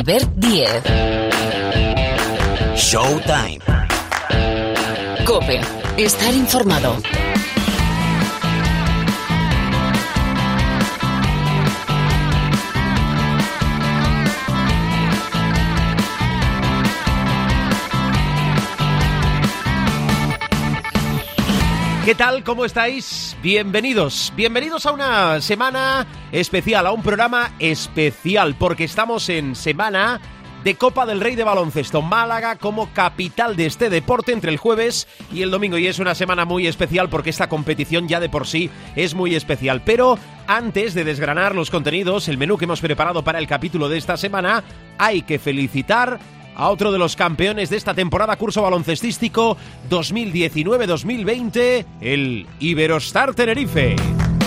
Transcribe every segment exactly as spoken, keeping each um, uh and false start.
Albert Díez. Showtime. COPE. Estar informado. ¿Qué tal? ¿Cómo estáis? Bienvenidos, bienvenidos a una semana especial, a un programa especial, porque estamos en semana de Copa del Rey de baloncesto. Málaga como capital de este deporte entre el jueves y el domingo, y es una semana muy especial porque esta competición ya de por sí es muy especial. Pero antes de desgranar los contenidos, el menú que hemos preparado para el capítulo de esta semana, hay que felicitar a otro de los campeones de esta temporada curso baloncestístico dos mil diecinueve dos mil veinte, el Iberostar Tenerife.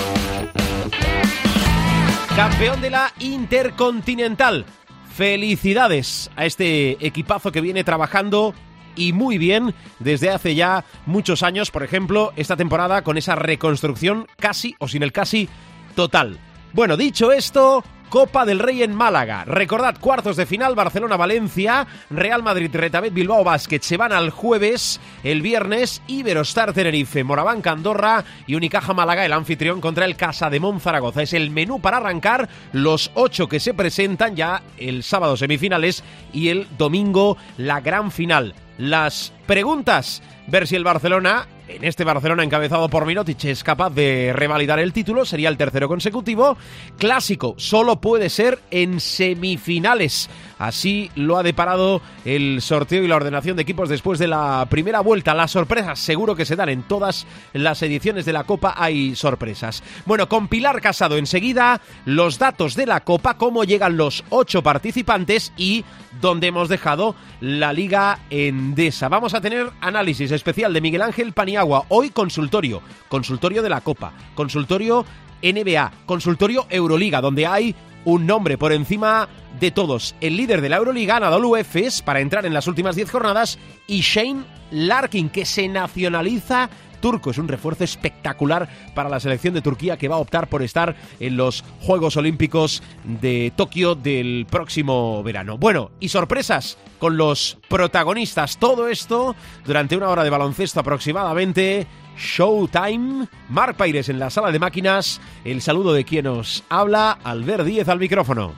Campeón de la Intercontinental. Felicidades a este equipazo que viene trabajando y muy bien desde hace ya muchos años. Por ejemplo, esta temporada con esa reconstrucción casi o sin el casi total. Bueno, dicho esto, Copa del Rey en Málaga. Recordad, cuartos de final, Barcelona-Valencia, Real Madrid-Retabet Bilbao Basket se van al jueves. El viernes, Iberostar Tenerife, Morabanca Andorra y Unicaja Málaga, el anfitrión, contra el Casademont Zaragoza. Es el menú para arrancar, los ocho que se presentan ya el sábado semifinales y el domingo la gran final. Las preguntas: ver si el Barcelona, en este Barcelona encabezado por Mirotic, es capaz de revalidar el título, sería el tercero consecutivo. Clásico, solo puede ser en semifinales. Así lo ha deparado el sorteo y la ordenación de equipos después de la primera vuelta. Las sorpresas seguro que se dan en todas las ediciones de la Copa, hay sorpresas. Bueno, con Pilar Casado enseguida, los datos de la Copa, cómo llegan los ocho participantes y dónde hemos dejado la Liga Endesa. Vamos a tener análisis especial de Miguel Ángel Paniagua. Hoy consultorio, consultorio de la Copa, consultorio N B A, consultorio Euroliga, donde hay un nombre por encima de todos. El líder de la Euroliga, Anadolu Efes, para entrar en las últimas diez jornadas, y Shane Larkin, que se nacionaliza turco. Es un refuerzo espectacular para la selección de Turquía, que va a optar por estar en los Juegos Olímpicos de Tokio del próximo verano. Bueno, y sorpresas con los protagonistas. Todo esto durante una hora de baloncesto aproximadamente. Showtime. Marc Paires en la sala de máquinas. El saludo de quien nos habla, Albert Díez al micrófono.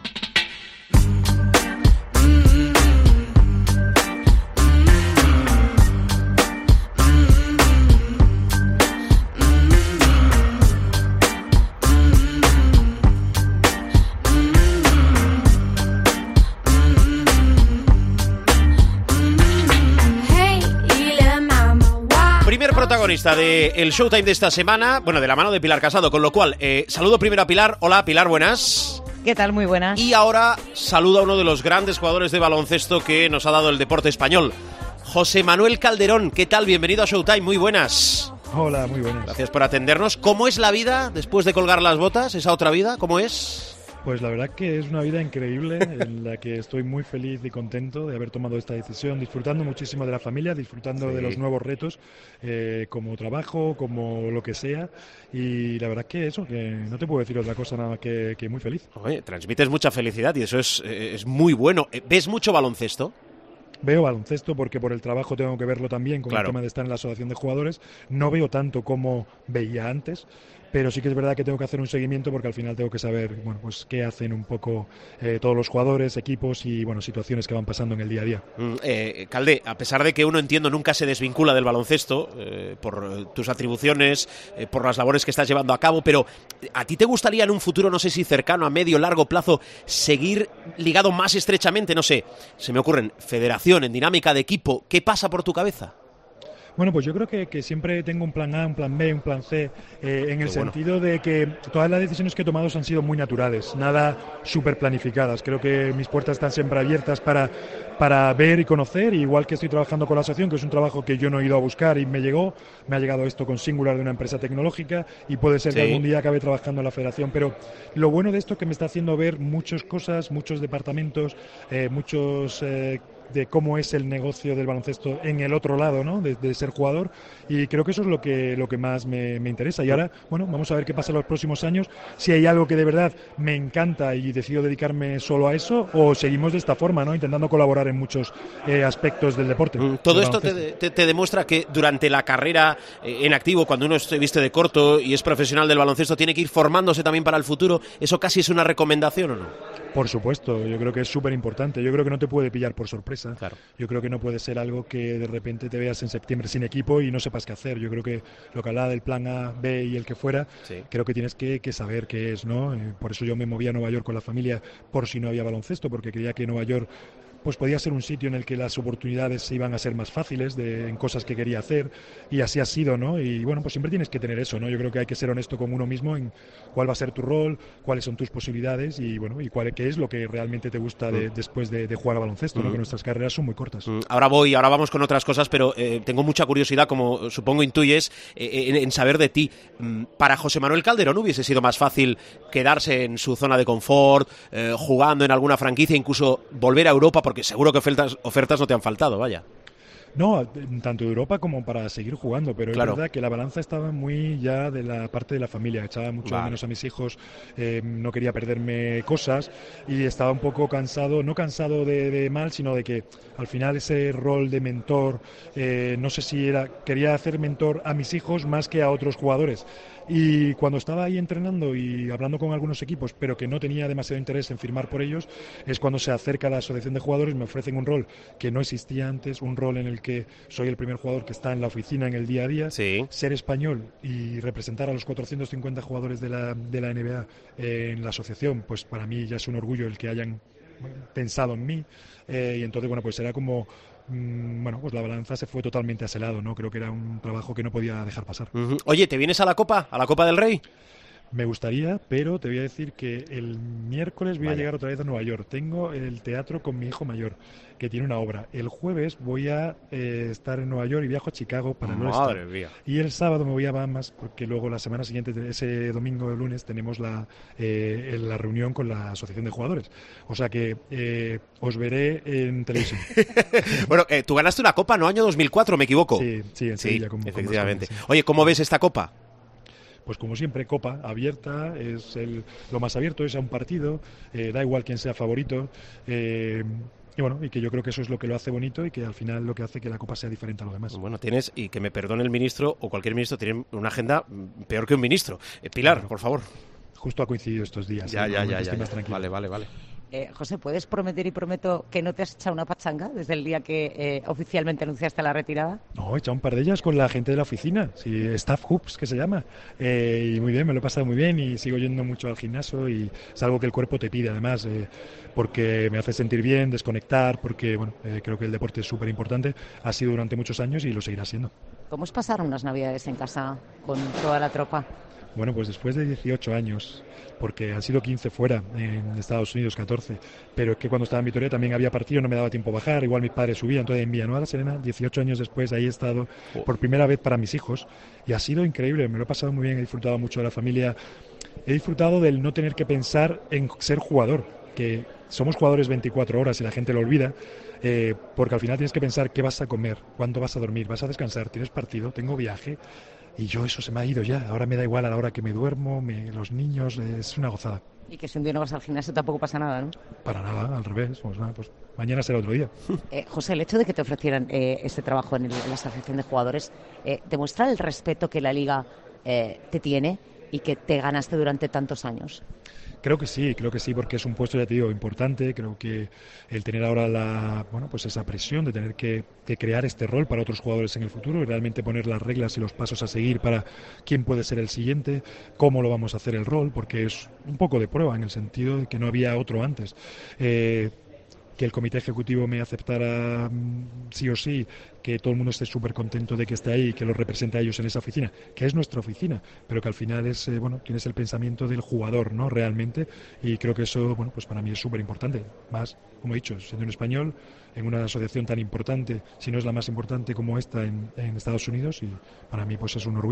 Protagonista del Showtime de esta semana, bueno, de la mano de Pilar Casado, con lo cual, eh, saludo primero a Pilar. Hola, Pilar, buenas. ¿Qué tal? Muy buenas. Y ahora saludo a uno de los grandes jugadores de baloncesto que nos ha dado el deporte español, José Manuel Calderón. ¿Qué tal? Bienvenido a Showtime, muy buenas. Hola, muy buenas. Gracias por atendernos. ¿Cómo es la vida después de colgar las botas? ¿Esa otra vida? ¿Cómo es? Pues la verdad que es una vida increíble en la que estoy muy feliz y contento de haber tomado esta decisión, disfrutando muchísimo de la familia, disfrutando sí. de los nuevos retos, eh, como trabajo, como lo que sea, y la verdad que eso, que no te puedo decir otra cosa nada que, que muy feliz. Oye, transmites mucha felicidad y eso es, es muy bueno. ¿Ves mucho baloncesto? Veo baloncesto porque por el trabajo tengo que verlo también, con claro. el tema de estar en la asociación de jugadores. No veo tanto como veía antes, pero sí que es verdad que tengo que hacer un seguimiento porque al final tengo que saber, bueno, pues qué hacen un poco eh, todos los jugadores, equipos y, bueno, situaciones que van pasando en el día a día. Mm, eh, Calde, a pesar de que uno, entiendo, nunca se desvincula del baloncesto eh, por tus atribuciones, eh, por las labores que estás llevando a cabo, pero ¿a ti te gustaría en un futuro, no sé si cercano, a medio, largo plazo, seguir ligado más estrechamente, no sé, se me ocurren, federación, en dinámica de equipo? ¿Qué pasa por tu cabeza? Bueno, pues yo creo que, que siempre tengo un plan A, un plan B, un plan C, eh, en el Qué sentido bueno. de que todas las decisiones que he tomado han sido muy naturales, nada súper planificadas. Creo que mis puertas están siempre abiertas para, para ver y conocer, igual que estoy trabajando con la asociación, que es un trabajo que yo no he ido a buscar y me llegó, me ha llegado esto con Singular de una empresa tecnológica y puede ser sí. que algún día acabe trabajando en la federación, pero lo bueno de esto es que me está haciendo ver muchas cosas, muchos departamentos, eh, muchos... Eh, de cómo es el negocio del baloncesto en el otro lado, ¿no? De, de ser jugador, y creo que eso es lo que, lo que más me, me interesa. Y ahora, bueno, vamos a ver qué pasa en los próximos años, si hay algo que de verdad me encanta y decido dedicarme solo a eso, o seguimos de esta forma, ¿no? Intentando colaborar en muchos eh, aspectos del deporte. Todo esto te, te, te demuestra que durante la carrera eh, en activo, cuando uno se viste de corto y es profesional del baloncesto, tiene que ir formándose también para el futuro. ¿Eso casi es una recomendación o no? Por supuesto, yo creo que es súper importante. Yo creo que no te puede pillar por sorpresa. Claro. Yo creo que no puede ser algo que de repente te veas en septiembre sin equipo y no sepas qué hacer. Yo creo que lo que hablaba del plan A, B y el que fuera, sí. creo que tienes que, que saber qué es, ¿no? Eh, por eso yo me moví a Nueva York con la familia por si no había baloncesto, porque creía que Nueva York pues podía ser un sitio en el que las oportunidades se iban a ser más fáciles de, en cosas que quería hacer, y así ha sido, ¿no? Y bueno, pues siempre tienes que tener eso, ¿no? Yo creo que hay que ser honesto con uno mismo en cuál va a ser tu rol, cuáles son tus posibilidades y bueno, y cuál, qué es lo que realmente te gusta de, después de, de jugar a baloncesto, ¿no? Que nuestras carreras son muy cortas. Ahora voy, ahora vamos con otras cosas, pero eh, tengo mucha curiosidad, como supongo intuyes, eh, en, en saber de ti. Para José Manuel Calderón hubiese sido más fácil quedarse en su zona de confort, eh, jugando en alguna franquicia, incluso volver a Europa, porque seguro que ofertas ofertas no te han faltado, vaya. No, tanto de Europa como para seguir jugando, pero claro. Es verdad que la balanza estaba muy ya de la parte de la familia, echaba mucho vale. menos a mis hijos, eh, no quería perderme cosas y estaba un poco cansado, no cansado de, de mal, sino de que al final ese rol de mentor, eh, no sé si era, quería hacer mentor a mis hijos más que a otros jugadores. Y cuando estaba ahí entrenando y hablando con algunos equipos, pero que no tenía demasiado interés en firmar por ellos, es cuando se acerca la asociación de jugadores, me ofrecen un rol que no existía antes, un rol en el que soy el primer jugador que está en la oficina en el día a día, sí. ser español y representar a los cuatrocientos cincuenta jugadores de la, de la N B A en la asociación, pues para mí ya es un orgullo el que hayan pensado en mí, eh, y entonces bueno, pues era como bueno, pues la balanza se fue totalmente a ese lado, ¿no? Creo que era un trabajo que no podía dejar pasar. Uh-huh. Oye, ¿te vienes a la Copa? ¿A la Copa del Rey? Me gustaría, pero te voy a decir que el miércoles voy Vaya. a llegar otra vez a Nueva York. Tengo el teatro con mi hijo mayor, que tiene una obra. El jueves voy a eh, estar en Nueva York y viajo a Chicago para no estar. Madre mía. Y el sábado me voy a Bahamas, porque luego la semana siguiente, ese domingo o lunes, tenemos la, eh, la reunión con la asociación de jugadores. O sea que eh, os veré en televisión. Bueno, eh, tú ganaste una Copa, ¿no? Año dos mil cuatro, ¿me equivoco? Sí, sí, en Sevilla. Sí, con, efectivamente. Con Boston, sí. Oye, ¿cómo ves esta Copa? Pues como siempre, Copa abierta, es el, lo más abierto, es a un partido, eh, da igual quién sea favorito, eh, y bueno, y que yo creo que eso es lo que lo hace bonito y que al final lo que hace que la Copa sea diferente a lo demás. Bueno, tienes, y que me perdone el ministro o cualquier ministro, tiene una agenda peor que un ministro. Eh, Pilar, claro. Por favor. Justo ha coincidido estos días. Ya, ¿eh? ya, ya, ya, ya. ya. Vale, vale, vale. Eh, José, ¿puedes prometer y prometo que no te has echado una pachanga desde el día que eh, oficialmente anunciaste la retirada? No, he echado un par de ellas con la gente de la oficina, sí, Staff Hoops, que se llama. Eh, y muy bien, me lo he pasado muy bien y sigo yendo mucho al gimnasio y es algo que el cuerpo te pide además, eh, porque me hace sentir bien, desconectar, porque bueno, eh, creo que el deporte es súper importante, ha sido durante muchos años y lo seguirá siendo. ¿Cómo os pasaron unas navidades en casa con toda la tropa? Bueno, pues después de dieciocho años, porque han sido quince fuera, en Estados Unidos catorce, pero es que cuando estaba en Vitoria también había partido, no me daba tiempo a bajar, igual mis padres subían, entonces en Villanueva de la Serena, dieciocho años después, ahí he estado por primera vez para mis hijos y ha sido increíble, me lo he pasado muy bien, he disfrutado mucho de la familia, he disfrutado del no tener que pensar en ser jugador, que somos jugadores veinticuatro horas y la gente lo olvida, eh, porque al final tienes que pensar qué vas a comer, cuándo vas a dormir, vas a descansar, tienes partido, tengo viaje. Y yo eso se me ha ido ya, ahora me da igual a la hora que me duermo, me, los niños, es una gozada. Y que si un día no vas al gimnasio tampoco pasa nada, ¿no? Para nada, al revés, pues, nada, pues mañana será otro día. Eh, José, el hecho de que te ofrecieran eh, este trabajo en, el, en la asociación de jugadores, eh, ¿demuestra el respeto que la Liga eh, te tiene y que te ganaste durante tantos años? Creo que sí, creo que sí, porque es un puesto, ya te digo, importante. Creo que el tener ahora la, bueno, pues esa presión de tener que, que crear este rol para otros jugadores en el futuro y realmente poner las reglas y los pasos a seguir para quién puede ser el siguiente, cómo lo vamos a hacer el rol, porque es un poco de prueba en el sentido de que no había otro antes. Eh, que el comité ejecutivo me aceptara sí o sí, que todo el mundo esté súper contento de que esté ahí, que lo represente a ellos en esa oficina, que es nuestra oficina, pero que al final es, eh, bueno, tienes el pensamiento del jugador, ¿no? Realmente, y creo que eso, bueno, pues para mí es súper importante. Más, como he dicho, siendo un español, en una asociación tan importante, si no es la más importante como esta en, en Estados Unidos, y para mí pues es un orgullo.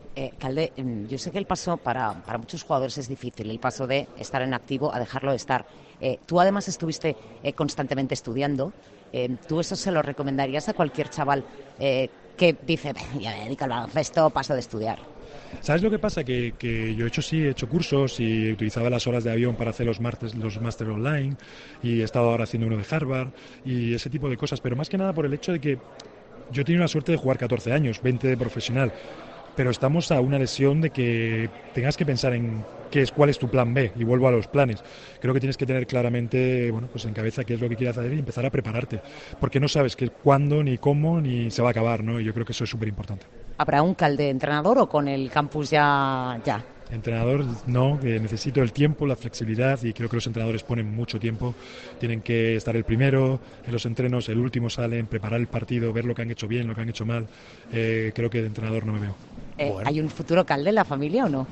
Eh, Calde, yo sé que el paso para, para muchos jugadores es difícil, el paso de estar en activo a dejarlo de estar. Eh, tú además estuviste eh, constantemente estudiando. Eh, ¿Tú eso se lo recomendarías a cualquier chaval eh, que dice, ya me dedico al baloncesto, paso de estudiar? ¿Sabes lo que pasa? Que, que yo he hecho sí, he hecho cursos y utilizaba las horas de avión para hacer los másters los máster online y he estado ahora haciendo uno de Harvard y ese tipo de cosas, pero más que nada por el hecho de que yo he tenido la suerte de jugar catorce años, veinte de profesional, pero estamos a una lesión de que tengas que pensar en qué es, cuál es tu plan B, y vuelvo a los planes. Creo que tienes que tener claramente, bueno, pues en cabeza qué es lo que quieres hacer y empezar a prepararte, porque no sabes qué, cuándo, ni cómo, ni se va a acabar, ¿no? Y yo creo que eso es súper importante. ¿Habrá un Calde entrenador o con el campus ya...? ya? Entrenador, no, que necesito el tiempo, la flexibilidad, y creo que los entrenadores ponen mucho tiempo. Tienen que estar el primero en los entrenos, el último salen, preparar el partido, ver lo que han hecho bien, lo que han hecho mal. Eh, creo que de entrenador no me veo. Eh, bueno. ¿Hay un futuro Calde en la familia o no?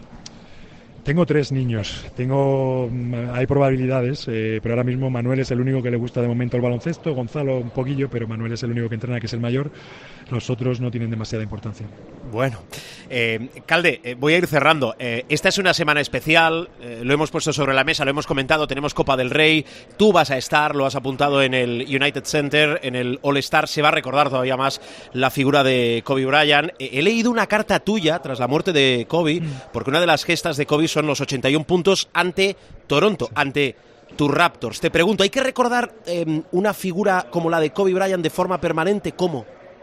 Tengo tres niños, tengo, hay probabilidades, eh, pero ahora mismo Manuel es el único que le gusta de momento el baloncesto, Gonzalo un poquillo, pero Manuel es el único que entrena, que es el mayor. Los otros no tienen demasiada importancia. Bueno, eh, Calde, eh, voy a ir cerrando. Eh, esta es una semana especial, eh, lo hemos puesto sobre la mesa, lo hemos comentado, tenemos Copa del Rey, tú vas a estar, lo has apuntado en el United Center, en el All-Star, se va a recordar todavía más la figura de Kobe Bryant. Eh, he leído una carta tuya tras la muerte de Kobe, mm. porque una de las gestas de Kobe son los ochenta y un puntos ante Toronto, sí. ante tus Raptors. Te pregunto, ¿hay que recordar eh, una figura como la de Kobe Bryant de forma permanente? ¿Cómo?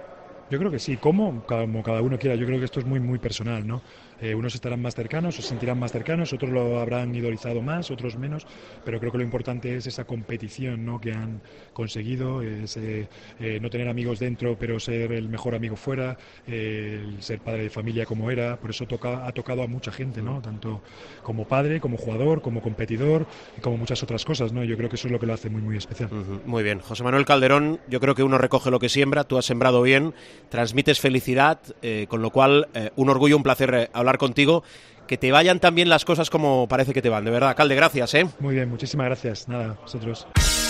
Yo creo que sí, como, como cada uno quiera. Yo creo que esto es muy muy personal, ¿no? Eh, unos estarán más cercanos, se sentirán más cercanos, otros lo habrán idolizado más, otros menos, pero creo que lo importante es esa competición, ¿no?, que han conseguido, es, eh, eh, no tener amigos dentro, pero ser el mejor amigo fuera, eh, el ser padre de familia como era. Por eso toca, ha tocado a mucha gente, ¿no?, tanto como padre, como jugador, como competidor y como muchas otras cosas, ¿no? Yo creo que eso es lo que lo hace muy muy especial. Uh-huh. Muy bien, José Manuel Calderón, yo creo que uno recoge lo que siembra, tú has sembrado bien, transmites felicidad, eh, con lo cual eh, un orgullo, un placer eh, hablar contigo, que te vayan también las cosas como parece que te van, de verdad. Calde, gracias, ¿eh? Muy bien, muchísimas gracias. Nada, vosotros.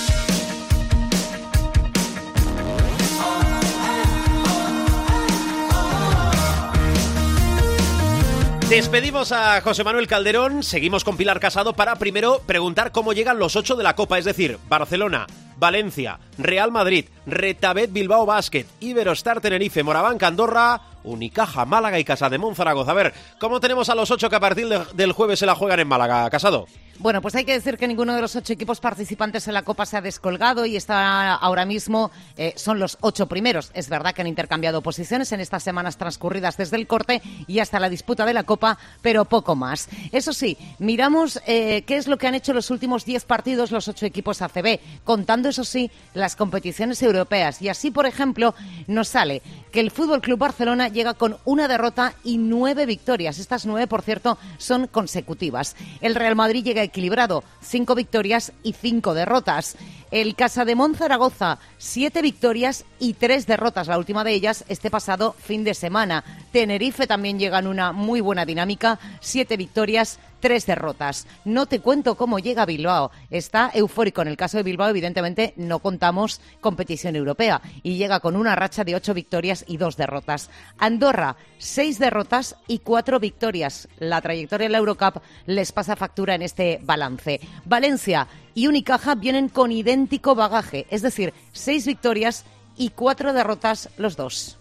Despedimos a José Manuel Calderón, seguimos con Pilar Casado para primero preguntar cómo llegan los ocho de la Copa, es decir, Barcelona, Valencia, Real Madrid, Retabet Bilbao Basket, Iberostar Tenerife, Morabanc Andorra, Unicaja Málaga y Casademont Zaragoza. A ver, ¿cómo tenemos a los ocho que a partir de, del jueves se la juegan en Málaga, Casado? Bueno, pues hay que decir que ninguno de los ocho equipos participantes en la Copa se ha descolgado y está ahora mismo, eh, son los ocho primeros. Es verdad que han intercambiado posiciones en estas semanas transcurridas desde el corte y hasta la disputa de la Copa, pero poco más. Eso sí, miramos eh, qué es lo que han hecho los últimos diez partidos los ocho equipos A C B, contando, eso sí, las competiciones europeas. Y así, por ejemplo, nos sale que el Fútbol Club Barcelona llega con una derrota y nueve victorias. Estas nueve, por cierto, son consecutivas. El Real Madrid llega equilibrado, cinco victorias y cinco derrotas. El Casademont Zaragoza, siete victorias y tres derrotas, la última de ellas este pasado fin de semana. Tenerife también llega en una muy buena dinámica, siete victorias, tres derrotas. No te cuento cómo llega Bilbao. Está eufórico. En el caso de Bilbao, evidentemente, no contamos competición europea y llega con una racha de ocho victorias y dos derrotas. Andorra, seis derrotas y cuatro victorias. La trayectoria en la Eurocup les pasa factura en este balance. Valencia y Unicaja vienen con idéntico bagaje, es decir, seis victorias y cuatro derrotas los dos.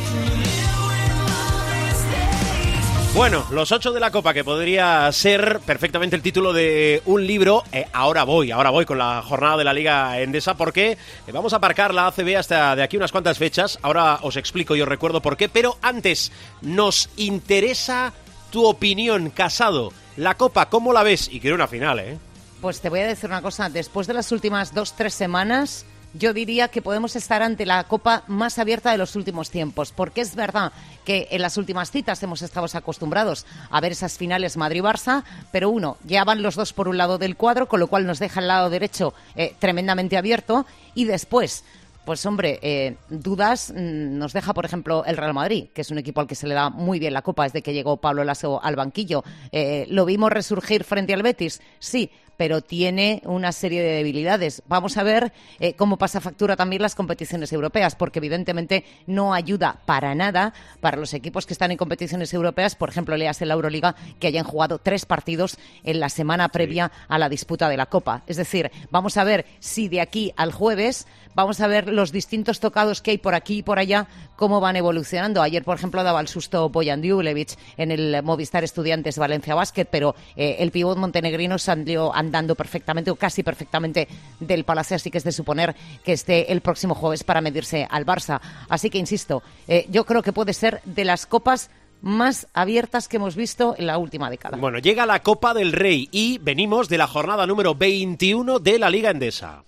Bueno, los ocho de la Copa, que podría ser perfectamente el título de un libro. Eh, ahora voy, ahora voy con la jornada de la Liga Endesa, porque vamos a aparcar la A C B hasta de aquí unas cuantas fechas. Ahora os explico y os recuerdo por qué, pero antes nos interesa tu opinión, Casado. La Copa, ¿cómo la ves? Y quiero una final, ¿eh? Pues te voy a decir una cosa, después de las últimas dos, tres semanas, yo diría que podemos estar ante la Copa más abierta de los últimos tiempos, porque es verdad que en las últimas citas hemos estado acostumbrados a ver esas finales Madrid-Barça, pero uno, ya van los dos por un lado del cuadro, con lo cual nos deja el lado derecho eh, tremendamente abierto, y después, pues hombre, eh, dudas mmm, nos deja, por ejemplo, el Real Madrid, que es un equipo al que se le da muy bien la Copa desde que llegó Pablo Lasso al banquillo. Eh, ¿Lo vimos resurgir frente al Betis? Sí, pero tiene una serie de debilidades. Vamos a ver eh, cómo pasa factura también las competiciones europeas, porque evidentemente no ayuda para nada para los equipos que están en competiciones europeas, por ejemplo, leas en la Euroliga, que hayan jugado tres partidos en la semana previa sí. a la disputa de la Copa. Es decir, vamos a ver si de aquí al jueves vamos a ver los distintos tocados que hay por aquí y por allá, cómo van evolucionando. Ayer, por ejemplo, daba el susto Bojan Djuljevic en el Movistar Estudiantes Valencia Basket, pero eh, el pívot montenegrino salió andando perfectamente o casi perfectamente del Palacio, así que es de suponer que esté el próximo jueves para medirse al Barça. Así que, insisto, eh, yo creo que puede ser de las copas más abiertas que hemos visto en la última década. Bueno, llega la Copa del Rey y venimos de la jornada número veintiuno de la Liga Endesa.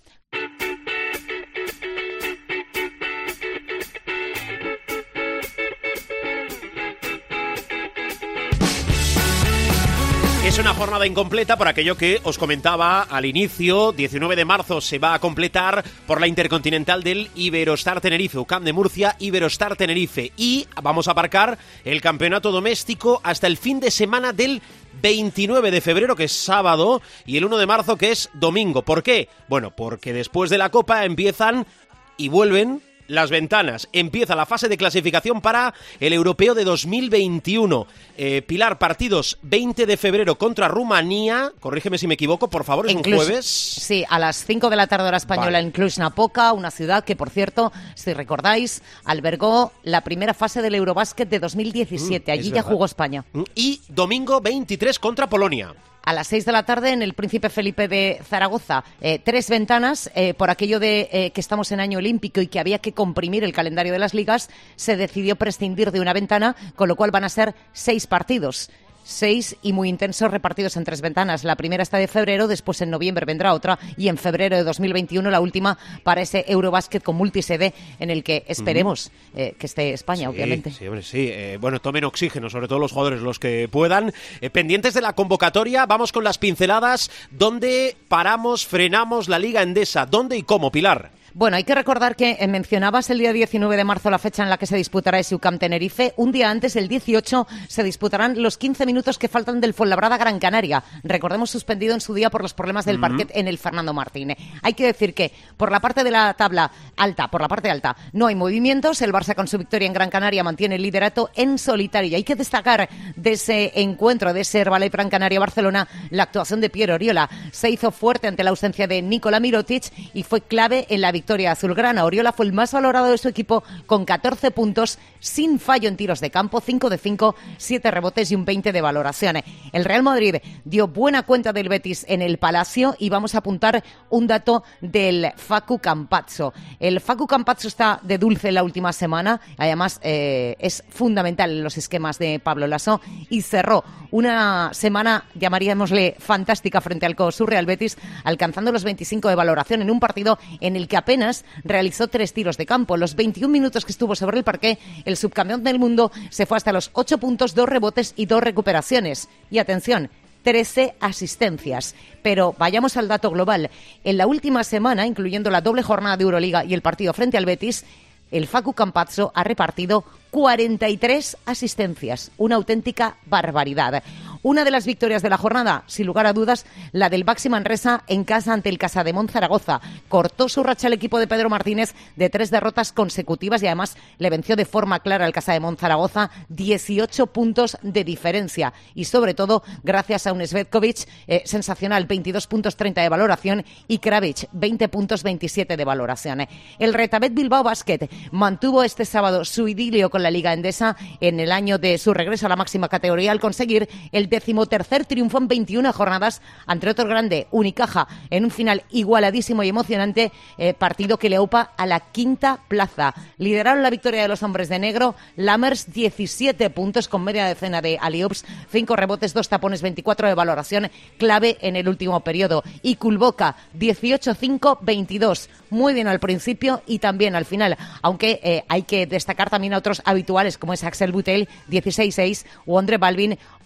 Es una jornada incompleta por aquello que os comentaba al inicio. diecinueve de marzo se va a completar por la Intercontinental del Iberostar Tenerife, U C A M de Murcia, Iberostar Tenerife. Y vamos a aparcar el campeonato doméstico hasta el fin de semana del veintinueve de febrero, que es sábado, y el uno de marzo, que es domingo. ¿Por qué? Bueno, porque después de la Copa empiezan y vuelven las ventanas. Empieza la fase de clasificación para el Europeo de dos mil veintiuno. Eh, Pilar, partidos veinte de febrero contra Rumanía. Corrígeme si me equivoco, por favor, es en un Cluj, jueves. Sí, a las cinco de la tarde hora española, vale. En Cluj-Napoca, una ciudad que, por cierto, si recordáis, albergó la primera fase del Eurobásquet de dos mil diecisiete. Mm, Allí ya jugó España. Y domingo veintitrés contra Polonia. A las seis de la tarde en el Príncipe Felipe de Zaragoza. Eh, tres ventanas, eh, por aquello de eh, que estamos en año olímpico y que había que comprimir el calendario de las ligas, se decidió prescindir de una ventana, con lo cual van a ser seis partidos. Seis y muy intensos repartidos en tres ventanas. La primera está de febrero, después en noviembre vendrá otra y en febrero de dos mil veintiuno la última para ese Eurobásquet con multisede en el que esperemos mm. eh, que esté España, sí, obviamente. Sí, hombre, sí. Eh, bueno, tomen oxígeno, sobre todo los jugadores, los que puedan. Eh, pendientes de la convocatoria, vamos con las pinceladas. ¿Dónde paramos, frenamos la Liga Endesa? ¿Dónde y cómo, Pilar? Bueno, hay que recordar que eh, mencionabas el día diecinueve de marzo la fecha en la que se disputará ese U C A M Tenerife. Un día antes, el dieciocho, se disputarán los quince minutos que faltan del Fuenlabrada Gran Canaria. Recordemos, suspendido en su día por los problemas del uh-huh. parquet en el Fernando Martín. Hay que decir que por la parte de la tabla alta, por la parte alta, no hay movimientos. El Barça, con su victoria en Gran Canaria, mantiene el liderato en solitario. Y hay que destacar de ese encuentro, de ese Herbalife Gran Canaria-Barcelona, la actuación de Piero Oriola. Se hizo fuerte ante la ausencia de Nikola Mirotic y fue clave en la victoria victoria azulgrana. Oriola fue el más valorado de su equipo con catorce puntos, sin fallo en tiros de campo, cinco de cinco, siete rebotes y un veinte de valoración. El Real Madrid dio buena cuenta del Betis en el Palacio y vamos a apuntar un dato del Facu Campazzo. El Facu Campazzo está de dulce la última semana, además eh, es fundamental en los esquemas de Pablo Lasso y cerró una semana, llamaríamosle fantástica, frente al COSUR Real Betis, alcanzando los veinticinco de valoración en un partido en el que apenas realizó tres tiros de campo. Los veintiún minutos que estuvo sobre el parqué, el subcampeón del mundo se fue hasta los ocho puntos, dos rebotes y dos recuperaciones. Y atención, trece asistencias. Pero vayamos al dato global. En la última semana, incluyendo la doble jornada de Euroliga y el partido frente al Betis, el Facu Campazzo ha repartido cuarenta y tres asistencias. Una auténtica barbaridad. Una de las victorias de la jornada, sin lugar a dudas, la del Baxi Manresa en casa ante el Casademont Zaragoza. Cortó su racha el equipo de Pedro Martínez de tres derrotas consecutivas y además le venció de forma clara al Casademont Zaragoza, dieciocho puntos de diferencia. Y sobre todo, gracias a un Svetkovic eh, sensacional, veintidós puntos, treinta de valoración, y Kravic, veinte puntos, veintisiete de valoración. El Retabet Bilbao Basket mantuvo este sábado su idilio con la Liga Endesa en el año de su regreso a la máxima categoría al conseguir el decimotercer triunfo en veintiuna jornadas ante otro grande, Unicaja, en un final igualadísimo y emocionante, eh, partido que le aupa a la quinta plaza. Lideraron la victoria de los hombres de negro, Lammers, diecisiete puntos con media decena de alley-oops, cinco rebotes, dos tapones, veinticuatro de valoración, clave en el último periodo. Y Kulboka, dieciocho cinco, veintidós. Muy bien al principio y también al final, aunque eh, hay que destacar también a otros habituales como es Axel Butel, dieciséis seis, o Andre Balvin, ocho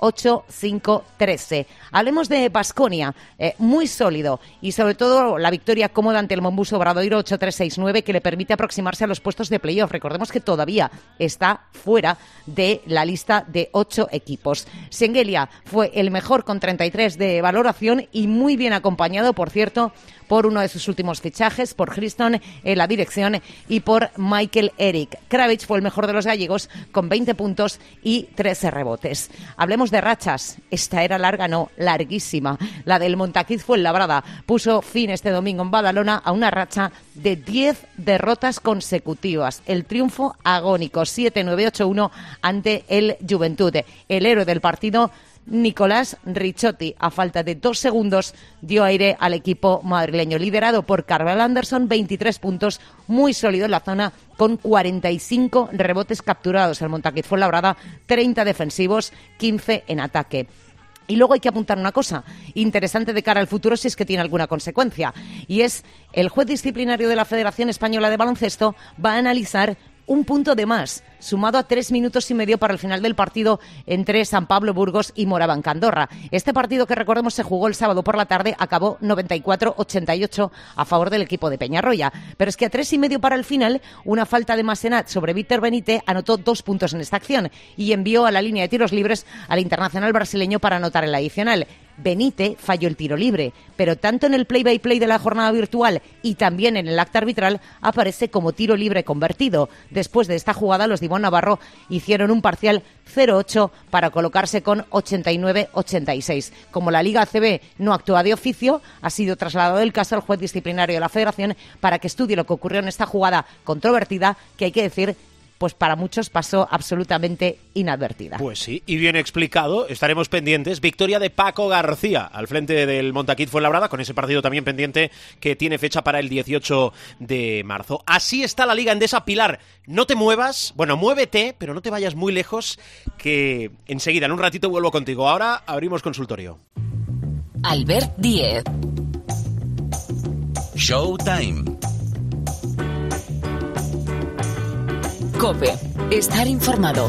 cinco trece. Hablemos de Baskonia, eh, muy sólido y sobre todo la victoria cómoda ante el Mombus Obradoiro ocho tres seis nueve, que le permite aproximarse a los puestos de playoff. Recordemos que todavía está fuera de la lista de ocho equipos. Sengelia fue el mejor con treinta y tres de valoración y muy bien acompañado, por cierto, por uno de sus últimos fichajes, por Hriston en la dirección y por Michael Eric. Kravic fue el mejor de los gallegos con veinte puntos y trece rebotes. Hablemos de rachas. Esta era larga, no, larguísima. La del Montaquiz Fuenlabrada puso fin este domingo en Badalona a una racha de diez derrotas consecutivas. El triunfo agónico, siete nueve ocho uno ante el Juventud. El héroe del partido, Nicolás Ricciotti, a falta de dos segundos, dio aire al equipo madrileño, liderado por Carvel Anderson, veintitrés puntos, muy sólido en la zona, con cuarenta y cinco rebotes capturados. El Montaquiz Fuenlabrada, treinta defensivos, quince en ataque. Y luego hay que apuntar una cosa interesante de cara al futuro, si es que tiene alguna consecuencia, y es el juez disciplinario de la Federación Española de Baloncesto va a analizar un punto de más, sumado a tres minutos y medio para el final del partido entre San Pablo Burgos y Moraván Andorra. Este partido, que recordemos se jugó el sábado por la tarde, acabó noventa y cuatro a ochenta y ocho a favor del equipo de Peñarroya. Pero es que a tres y medio para el final, una falta de Massenat sobre Víctor Benítez anotó dos puntos en esta acción y envió a la línea de tiros libres al internacional brasileño para anotar el adicional. Benítez falló el tiro libre, pero tanto en el play-by-play de la jornada virtual y también en el acta arbitral aparece como tiro libre convertido. Después de esta jugada, los de Ivonne Navarro hicieron un parcial cero ocho para colocarse con ochenta y nueve a ochenta y seis. Como la Liga A C B no actúa de oficio, ha sido trasladado el caso al juez disciplinario de la Federación para que estudie lo que ocurrió en esta jugada controvertida, que hay que decir, pues para muchos pasó absolutamente inadvertida. Pues sí, y bien explicado, estaremos pendientes. Victoria de Paco García al frente del Montaquiz Fuenlabrada, con ese partido también pendiente que tiene fecha para el dieciocho de marzo. Así está la Liga Endesa. Pilar, no te muevas, bueno, muévete, pero no te vayas muy lejos, que enseguida, en un ratito vuelvo contigo. Ahora abrimos consultorio. Albert Díez. Showtime. COPE. Estar informado.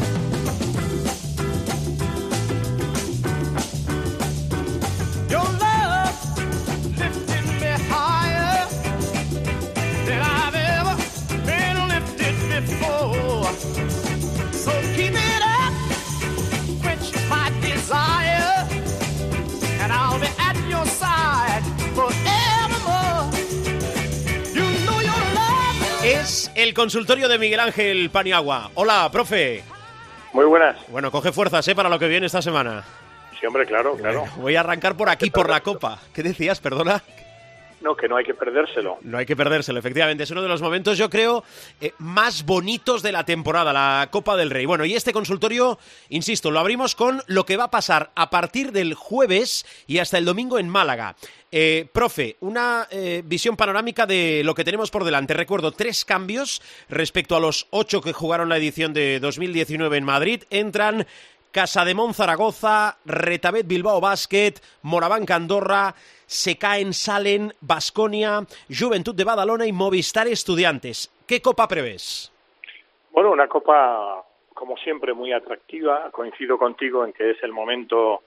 Es el consultorio de Miguel Ángel Paniagua. Hola, profe. Muy buenas. Bueno, coge fuerzas, ¿eh?, para lo que viene esta semana. Sí, hombre, claro, claro. Voy a arrancar por aquí, por la Copa. ¿Qué decías, perdona? No, que no hay que perdérselo. No hay que perdérselo, efectivamente. Es uno de los momentos, yo creo, eh, más bonitos de la temporada, la Copa del Rey. Bueno, y este consultorio, insisto, lo abrimos con lo que va a pasar a partir del jueves y hasta el domingo en Málaga. Eh, profe, una eh, visión panorámica de lo que tenemos por delante. Recuerdo tres cambios respecto a los ocho que jugaron la edición de dos mil diecinueve en Madrid. Entran Casademón Zaragoza, Retabet Bilbao Basket, Moraván Andorra, se caen, salen Baskonia, Juventud de Badalona y Movistar Estudiantes. ¿Qué copa prevés? Bueno, una copa, como siempre, muy atractiva. Coincido contigo en que es el momento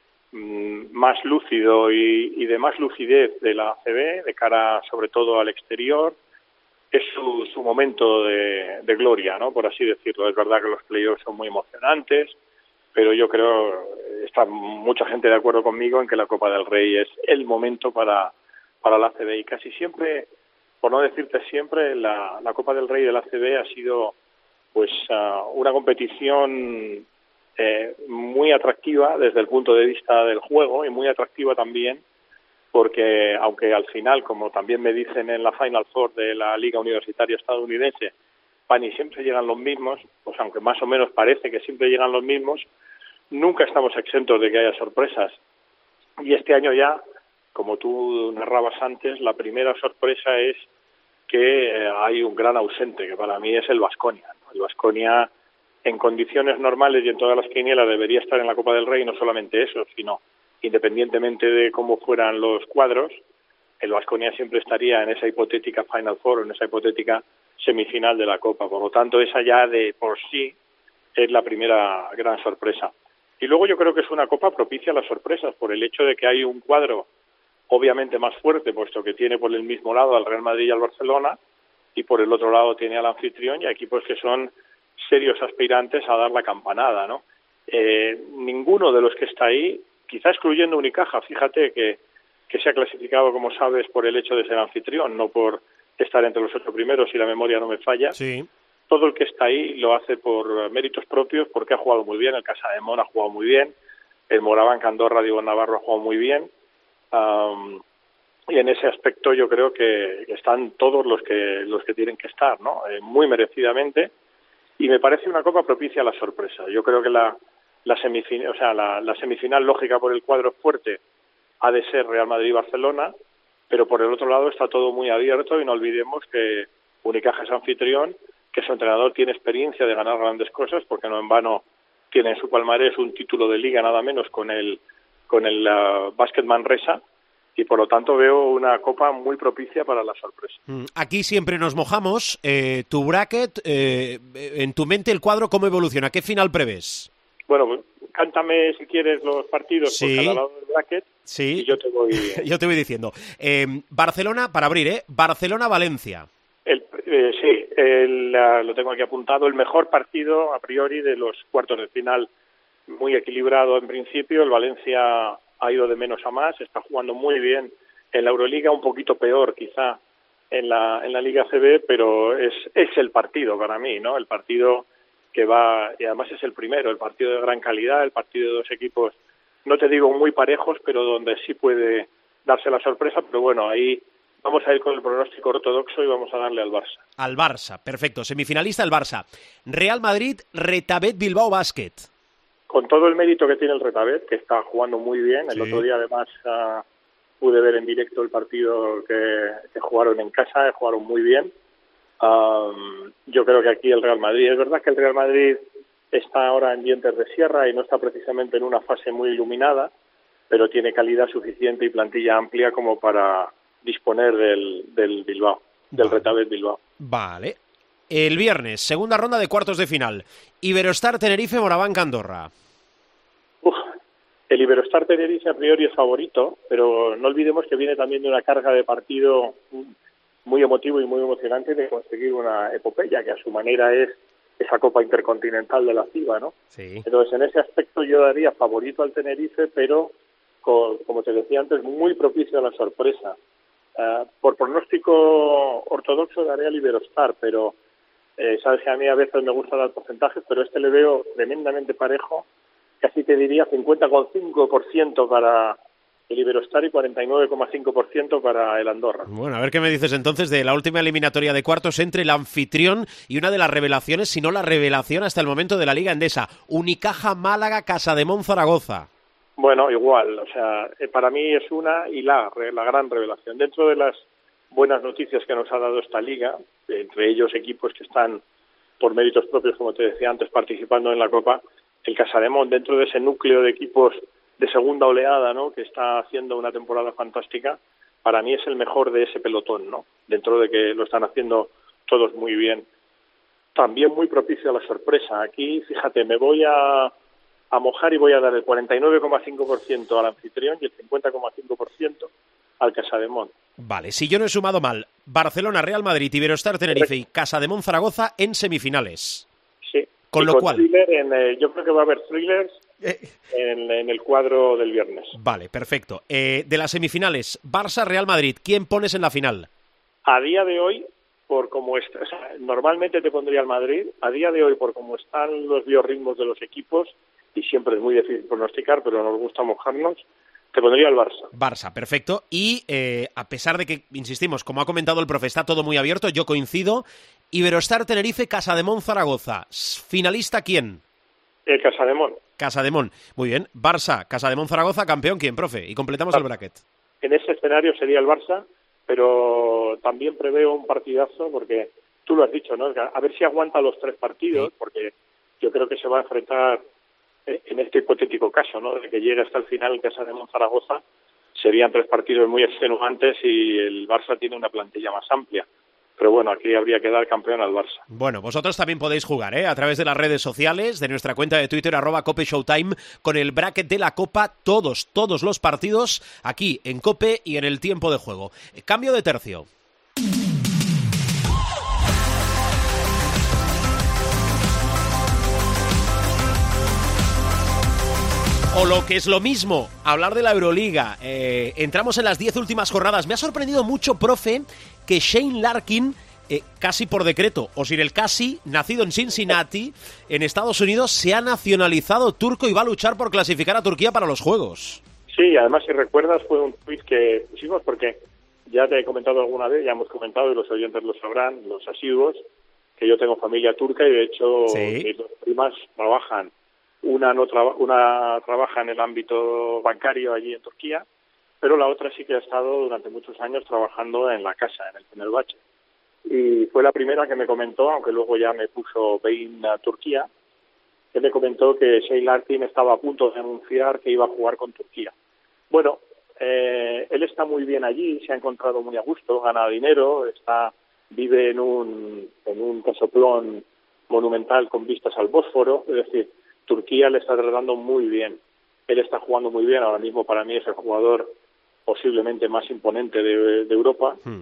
mmm, más lúcido y, y de más lucidez de la A C B, de cara sobre todo al exterior. Es su, su momento de, de gloria, ¿no?, por así decirlo. Es verdad que los playoffs son muy emocionantes, pero yo creo, está mucha gente de acuerdo conmigo en que la Copa del Rey es el momento para, para la A C B. Y casi siempre, por no decirte siempre, la, la Copa del Rey de la A C B ha sido pues uh, una competición eh, muy atractiva desde el punto de vista del juego y muy atractiva también porque, aunque al final, como también me dicen en la Final Four de la Liga Universitaria Estadounidense, Pani, siempre llegan los mismos, pues aunque más o menos parece que siempre llegan los mismos, nunca estamos exentos de que haya sorpresas. Y este año ya, como tú narrabas antes, la primera sorpresa es que hay un gran ausente, que para mí es el Baskonia. El Baskonia, en condiciones normales y en todas las quinielas, debería estar en la Copa del Rey, no solamente eso, sino independientemente de cómo fueran los cuadros, el Baskonia siempre estaría en esa hipotética Final Four, en esa hipotética semifinal de la Copa. Por lo tanto, esa ya de por sí es la primera gran sorpresa. Y luego yo creo que es una copa propicia a las sorpresas por el hecho de que hay un cuadro obviamente más fuerte, puesto que tiene por el mismo lado al Real Madrid y al Barcelona, y por el otro lado tiene al anfitrión y a equipos que son serios aspirantes a dar la campanada, ¿no? Eh, ninguno de los que está ahí, quizá excluyendo Unicaja, fíjate que, que se ha clasificado, como sabes, por el hecho de ser anfitrión, no por estar entre los ocho primeros, si la memoria no me falla. Sí. Todo el que está ahí lo hace por méritos propios, porque ha jugado muy bien, el Casademón ha jugado muy bien, el Morabanc Andorra, Diego Navarro, ha jugado muy bien, um, y en ese aspecto yo creo que están todos los que los que tienen que estar, ¿no? Eh, muy merecidamente, y me parece una copa propicia a la sorpresa. Yo creo que la la semifinal, o sea, la, la semifinal lógica por el cuadro fuerte ha de ser Real Madrid-Barcelona, pero por el otro lado está todo muy abierto y no olvidemos que Unicaja es anfitrión, que su entrenador tiene experiencia de ganar grandes cosas, porque no en vano tiene en su palmarés un título de liga nada menos con el con el uh, Básquet Manresa, y por lo tanto veo una copa muy propicia para la sorpresa. Aquí siempre nos mojamos. Eh, tu bracket, eh, en tu mente el cuadro, ¿cómo evoluciona? ¿Qué final prevés? Bueno, pues, cántame si quieres los partidos sí. por cada lado del bracket sí. y yo te voy... yo te voy diciendo. Eh, Barcelona, para abrir, ¿eh? Barcelona-Valencia. El, eh, sí, el, uh, lo tengo aquí apuntado. El mejor partido, a priori, de los cuartos de final, muy equilibrado en principio. El Valencia ha ido de menos a más, está jugando muy bien en la Euroliga, un poquito peor quizá en la en la Liga A C B, pero es es el partido para mí, ¿no? El partido que va, y además es el primero, el partido de gran calidad, el partido de dos equipos, no te digo muy parejos, pero donde sí puede darse la sorpresa, pero bueno, ahí vamos a ir con el pronóstico ortodoxo y vamos a darle al Barça. Al Barça, perfecto. Semifinalista el Barça. Real Madrid, Retabet Bilbao Basket. Con todo el mérito que tiene el Retabet, que está jugando muy bien. El sí. otro día además uh, pude ver en directo el partido que, que jugaron en casa, jugaron muy bien. Um, yo creo que aquí el Real Madrid, es verdad que el Real Madrid está ahora en dientes de sierra y no está precisamente en una fase muy iluminada, pero tiene calidad suficiente y plantilla amplia como para disponer del, del Bilbao, del vale. Retabet Bilbao. Vale. El viernes, segunda ronda de cuartos de final. Iberostar Tenerife, Morabanc Andorra. Uf, el Iberostar Tenerife a priori es favorito, pero no olvidemos que viene también de una carga de partido muy emotivo y muy emocionante de conseguir una epopeya, que a su manera es esa Copa Intercontinental de la FIBA, ¿no? Sí. Entonces, en ese aspecto yo daría favorito al Tenerife, pero, con, como te decía antes, muy propicio a la sorpresa. Uh, por pronóstico ortodoxo daré al Iberostar, pero eh, sabes que a mí a veces me gusta dar porcentajes, pero este le veo tremendamente parejo, casi te diría cincuenta coma cinco por ciento para el Iberostar y cuarenta y nueve coma cinco por ciento para el Andorra. Bueno, a ver qué me dices entonces de la última eliminatoria de cuartos entre el anfitrión y una de las revelaciones, si no la revelación hasta el momento de la Liga Endesa, Unicaja Málaga Casademón Zaragoza. Bueno, igual, o sea, para mí es una y la, la gran revelación. Dentro de las buenas noticias que nos ha dado esta liga, entre ellos equipos que están por méritos propios, como te decía antes, participando en la Copa, el Casademón, dentro de ese núcleo de equipos de segunda oleada, ¿no?, que está haciendo una temporada fantástica, para mí es el mejor de ese pelotón, ¿no?, dentro de que lo están haciendo todos muy bien. También muy propicio a la sorpresa. Aquí, fíjate, me voy a, a mojar y voy a dar el cuarenta y nueve coma cinco por ciento al anfitrión y el cincuenta coma cinco por ciento al Casademont. Vale, si yo no he sumado mal, Barcelona, Real Madrid, Iberostar Tenerife y Casademont Zaragoza en semifinales. Sí. Con y lo con cual... Thriller en, eh, yo creo que va a haber thrillers en, en el cuadro del viernes. Vale, perfecto. Eh, de las semifinales, Barça-Real Madrid, ¿quién pones en la final? A día de hoy, por cómo está, o sea, normalmente te pondría el Madrid, a día de hoy, por cómo están los biorritmos de los equipos, y siempre es muy difícil pronosticar, pero nos gusta mojarnos, te pondría el Barça. Barça, perfecto. Y eh, a pesar de que, insistimos, como ha comentado el profe, está todo muy abierto, yo coincido. Iberostar Tenerife, Casademont Zaragoza. ¿Finalista quién? El Casademont. Casademont. Muy bien. Barça, Casademont Zaragoza, campeón quién, profe. Y completamos Barça. El bracket. En ese escenario sería el Barça, pero también preveo un partidazo, porque tú lo has dicho, ¿no? A ver si aguanta los tres partidos, sí. Porque yo creo que se va a enfrentar en este hipotético caso, ¿no?, de que llegue hasta el final el Casademont Zaragoza, serían tres partidos muy extenuantes y el Barça tiene una plantilla más amplia. pero bueno, aquí habría que dar campeón al Barça. Bueno, vosotros también podéis jugar, ¿eh? A través de las redes sociales, de nuestra cuenta de Twitter, arroba Cope Showtime, con el bracket de la Copa, todos, todos los partidos, aquí en Cope y en el tiempo de juego. Cambio de tercio. O lo que es lo mismo, hablar de la Euroliga. Eh, entramos en las diez últimas jornadas. Me ha sorprendido mucho, profe, que Shane Larkin, eh, casi por decreto, o sin el casi, nacido en Cincinnati, en Estados Unidos, se ha nacionalizado turco y va a luchar por clasificar a Turquía para los Juegos. Sí, además, si recuerdas, fue un tuit que pusimos porque ya te he comentado alguna vez, ya hemos comentado, y los oyentes lo sabrán, los asiduos, que yo tengo familia turca y, de hecho, ¿Sí? mis dos primas trabajan. Una no traba, una trabaja en el ámbito bancario allí en Turquía, pero la otra sí que ha estado durante muchos años trabajando en la casa, en el Fenerbahce. Y fue la primera que me comentó, aunque luego ya me puso Bein a Turquía, que me comentó que Shane Larkin estaba a punto de anunciar que iba a jugar con Turquía. Bueno, eh, él está muy bien allí, se ha encontrado muy a gusto, gana dinero, está vive en un, en un casoplón monumental con vistas al Bósforo, es decir, Turquía le está tratando muy bien. Él está jugando muy bien. Ahora mismo para mí es el jugador posiblemente más imponente de, de Europa. Hmm.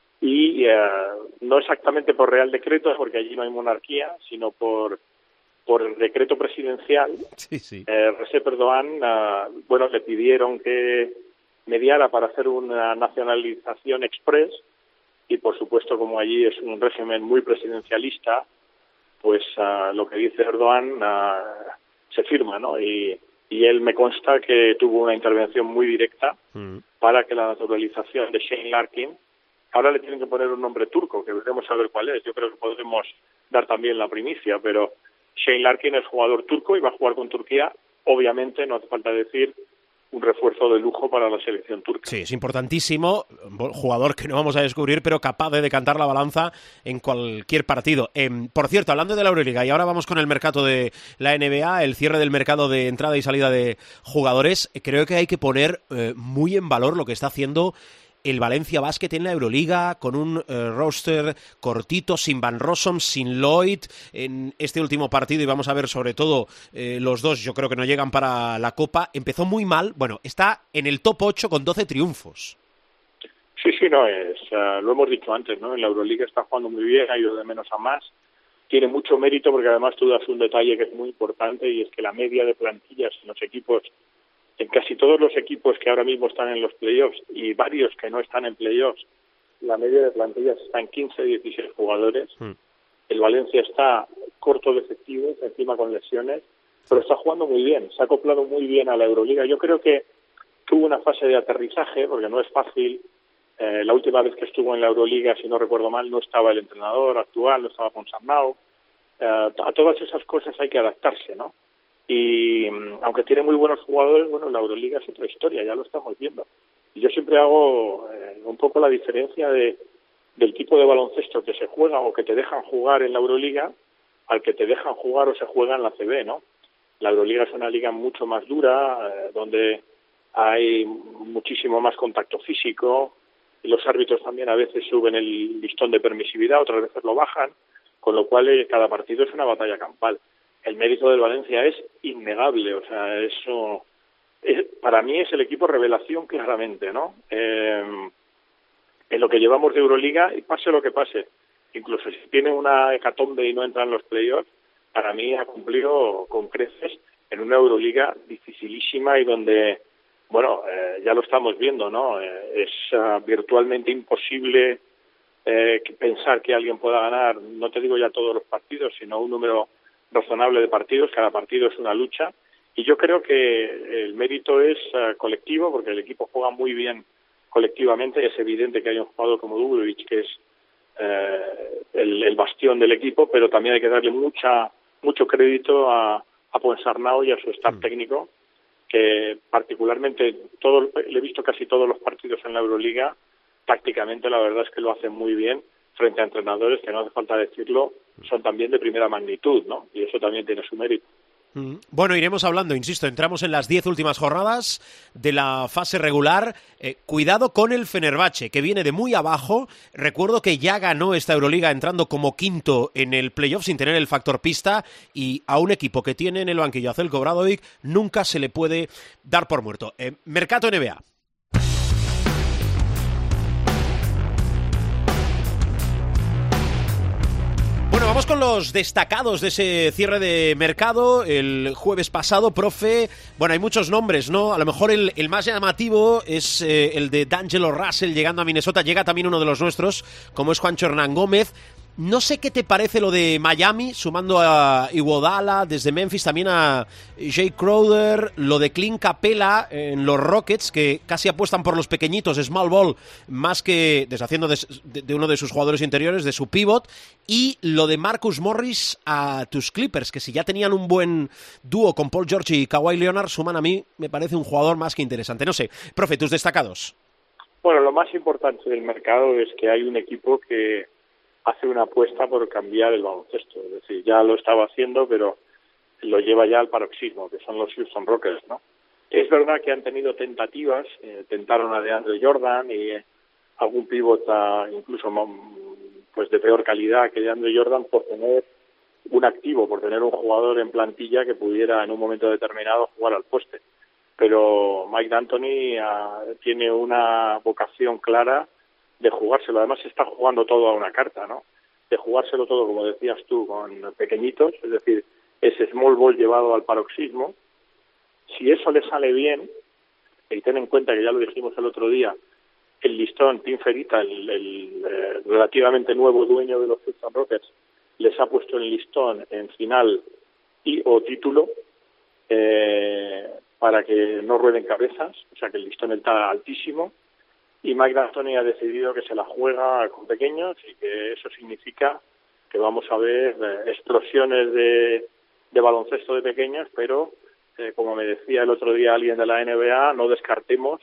Y eh, no exactamente por Real Decreto, porque allí no hay monarquía, sino por por el decreto presidencial. Sí, sí. Eh, Recep Erdogan, eh, bueno, le pidieron que mediara para hacer una nacionalización express y, por supuesto, como allí es un régimen muy presidencialista, pues uh, lo que dice Erdogan uh, se firma, ¿no? Y, y él me consta que tuvo una intervención muy directa mm. para que la naturalización de Shane Larkin, ahora le tienen que poner un nombre turco, que veremos a ver cuál es. Yo creo que podremos dar también la primicia, pero Shane Larkin es jugador turco y va a jugar con Turquía. Obviamente, no hace falta decir, un refuerzo de lujo para la selección turca. Sí, es importantísimo, jugador que no vamos a descubrir, pero capaz de decantar la balanza en cualquier partido. Eh, por cierto, hablando de la Euroliga, y ahora vamos con el mercado de la N B A, el cierre del mercado de entrada y salida de jugadores, creo que hay que poner eh, muy en valor lo que está haciendo el Valencia Basket en la Euroliga, con un eh, roster cortito, sin Van Rossum, sin Lloyd, en este último partido, y vamos a ver sobre todo eh, los dos, yo creo que no llegan para la Copa, empezó muy mal, bueno, está en el top ocho con doce triunfos. Sí, sí, no, es, uh, lo hemos dicho antes, ¿no? En la Euroliga está jugando muy bien, ha ido de menos a más, tiene mucho mérito porque además tú das un detalle que es muy importante y es que la media de plantillas en los equipos, en casi todos los equipos que ahora mismo están en los playoffs y varios que no están en playoffs, la media de plantillas está en quince, dieciséis jugadores. Mm. El Valencia está corto de efectivos, encima con lesiones, pero está jugando muy bien, se ha acoplado muy bien a la Euroliga. Yo creo que tuvo una fase de aterrizaje, porque no es fácil. Eh, la última vez que estuvo en la Euroliga, si no recuerdo mal, no estaba el entrenador actual, no estaba Ponsarnau. Eh, a todas esas cosas hay que adaptarse, ¿no? Y aunque tiene muy buenos jugadores, bueno, la Euroliga es otra historia, ya lo estamos viendo. Y yo siempre hago eh, un poco la diferencia de del tipo de baloncesto que se juega o que te dejan jugar en la Euroliga al que te dejan jugar o se juega en la C B, ¿no? La Euroliga es una liga mucho más dura, eh, donde hay muchísimo más contacto físico, y los árbitros también a veces suben el listón de permisividad, otras veces lo bajan, con lo cual eh, cada partido es una batalla campal. El mérito del Valencia es innegable, o sea, eso es, para mí es el equipo revelación claramente, ¿no? Eh, en lo que llevamos de Euroliga, y pase lo que pase, incluso si tiene una hecatombe y no entra en los playoffs, para mí ha cumplido con creces en una Euroliga dificilísima y donde, bueno, eh, ya lo estamos viendo, ¿no? Eh, es uh, virtualmente imposible eh, que pensar que alguien pueda ganar, no te digo ya todos los partidos, sino un número razonable de partidos. Cada partido es una lucha y yo creo que el mérito es uh, colectivo, porque el equipo juega muy bien colectivamente. Es evidente que hay un jugador como Dubljevic que es eh, el, el bastión del equipo, pero también hay que darle mucha mucho crédito a, a Ponsarnau y a su staff mm. técnico, que particularmente todo, le he visto casi todos los partidos en la Euroliga, tácticamente la verdad es que lo hacen muy bien frente a entrenadores que, no hace falta decirlo, son también de primera magnitud, ¿no? Y eso también tiene su mérito. Bueno, iremos hablando, insisto, entramos en las diez últimas jornadas de la fase regular. Eh, cuidado con el Fenerbahce, que viene de muy abajo. Recuerdo que ya ganó esta Euroliga entrando como quinto en el playoff sin tener el factor pista, y a un equipo que tiene en el banquillo a Zeljko Obradović nunca se le puede dar por muerto. Eh, Mercato N B A. Bueno, vamos con los destacados de ese cierre de mercado el jueves pasado, profe. Bueno, hay muchos nombres, ¿no? A lo mejor el, el más llamativo es eh, el de D'Angelo Russell llegando a Minnesota. Llega también uno de los nuestros, como es Juancho Hernán Gómez. No sé qué te parece lo de Miami, sumando a Iguodala, desde Memphis también a Jay Crowder, lo de Clint Capela en los Rockets, que casi apuestan por los pequeñitos, small ball, más que deshaciendo de, de, de uno de sus jugadores interiores, de su pivot, y lo de Marcus Morris a tus Clippers, que si ya tenían un buen dúo con Paul George y Kawhi Leonard, suman a mí, me parece un jugador más que interesante. No sé, profe, tus destacados. Bueno, lo más importante del mercado es que hay un equipo que hace una apuesta por cambiar el baloncesto, es decir, ya lo estaba haciendo, pero lo lleva ya al paroxismo, que son los Houston Rockets, ¿no? Es verdad que han tenido tentativas, eh, tentaron a DeAndre Jordan y eh, algún pívot incluso pues de peor calidad que DeAndre Jordan por tener un activo, por tener un jugador en plantilla que pudiera en un momento determinado jugar al poste. Pero Mike D'Antoni uh, tiene una vocación clara de jugárselo. Además se está jugando todo a una carta, ¿no? De jugárselo todo, como decías tú, con pequeñitos, es decir, ese small ball llevado al paroxismo. Si eso le sale bien, y ten en cuenta que ya lo dijimos el otro día, el listón, Tim Ferita, el, el eh, relativamente nuevo dueño de los Houston Rockets, les ha puesto el listón en final y o título eh, para que no rueden cabezas, o sea que el listón está altísimo. Y Mike D'Antoni ha decidido que se la juega con pequeños y que eso significa que vamos a ver eh, explosiones de, de baloncesto de pequeños, pero eh, como me decía el otro día alguien de la N B A, no descartemos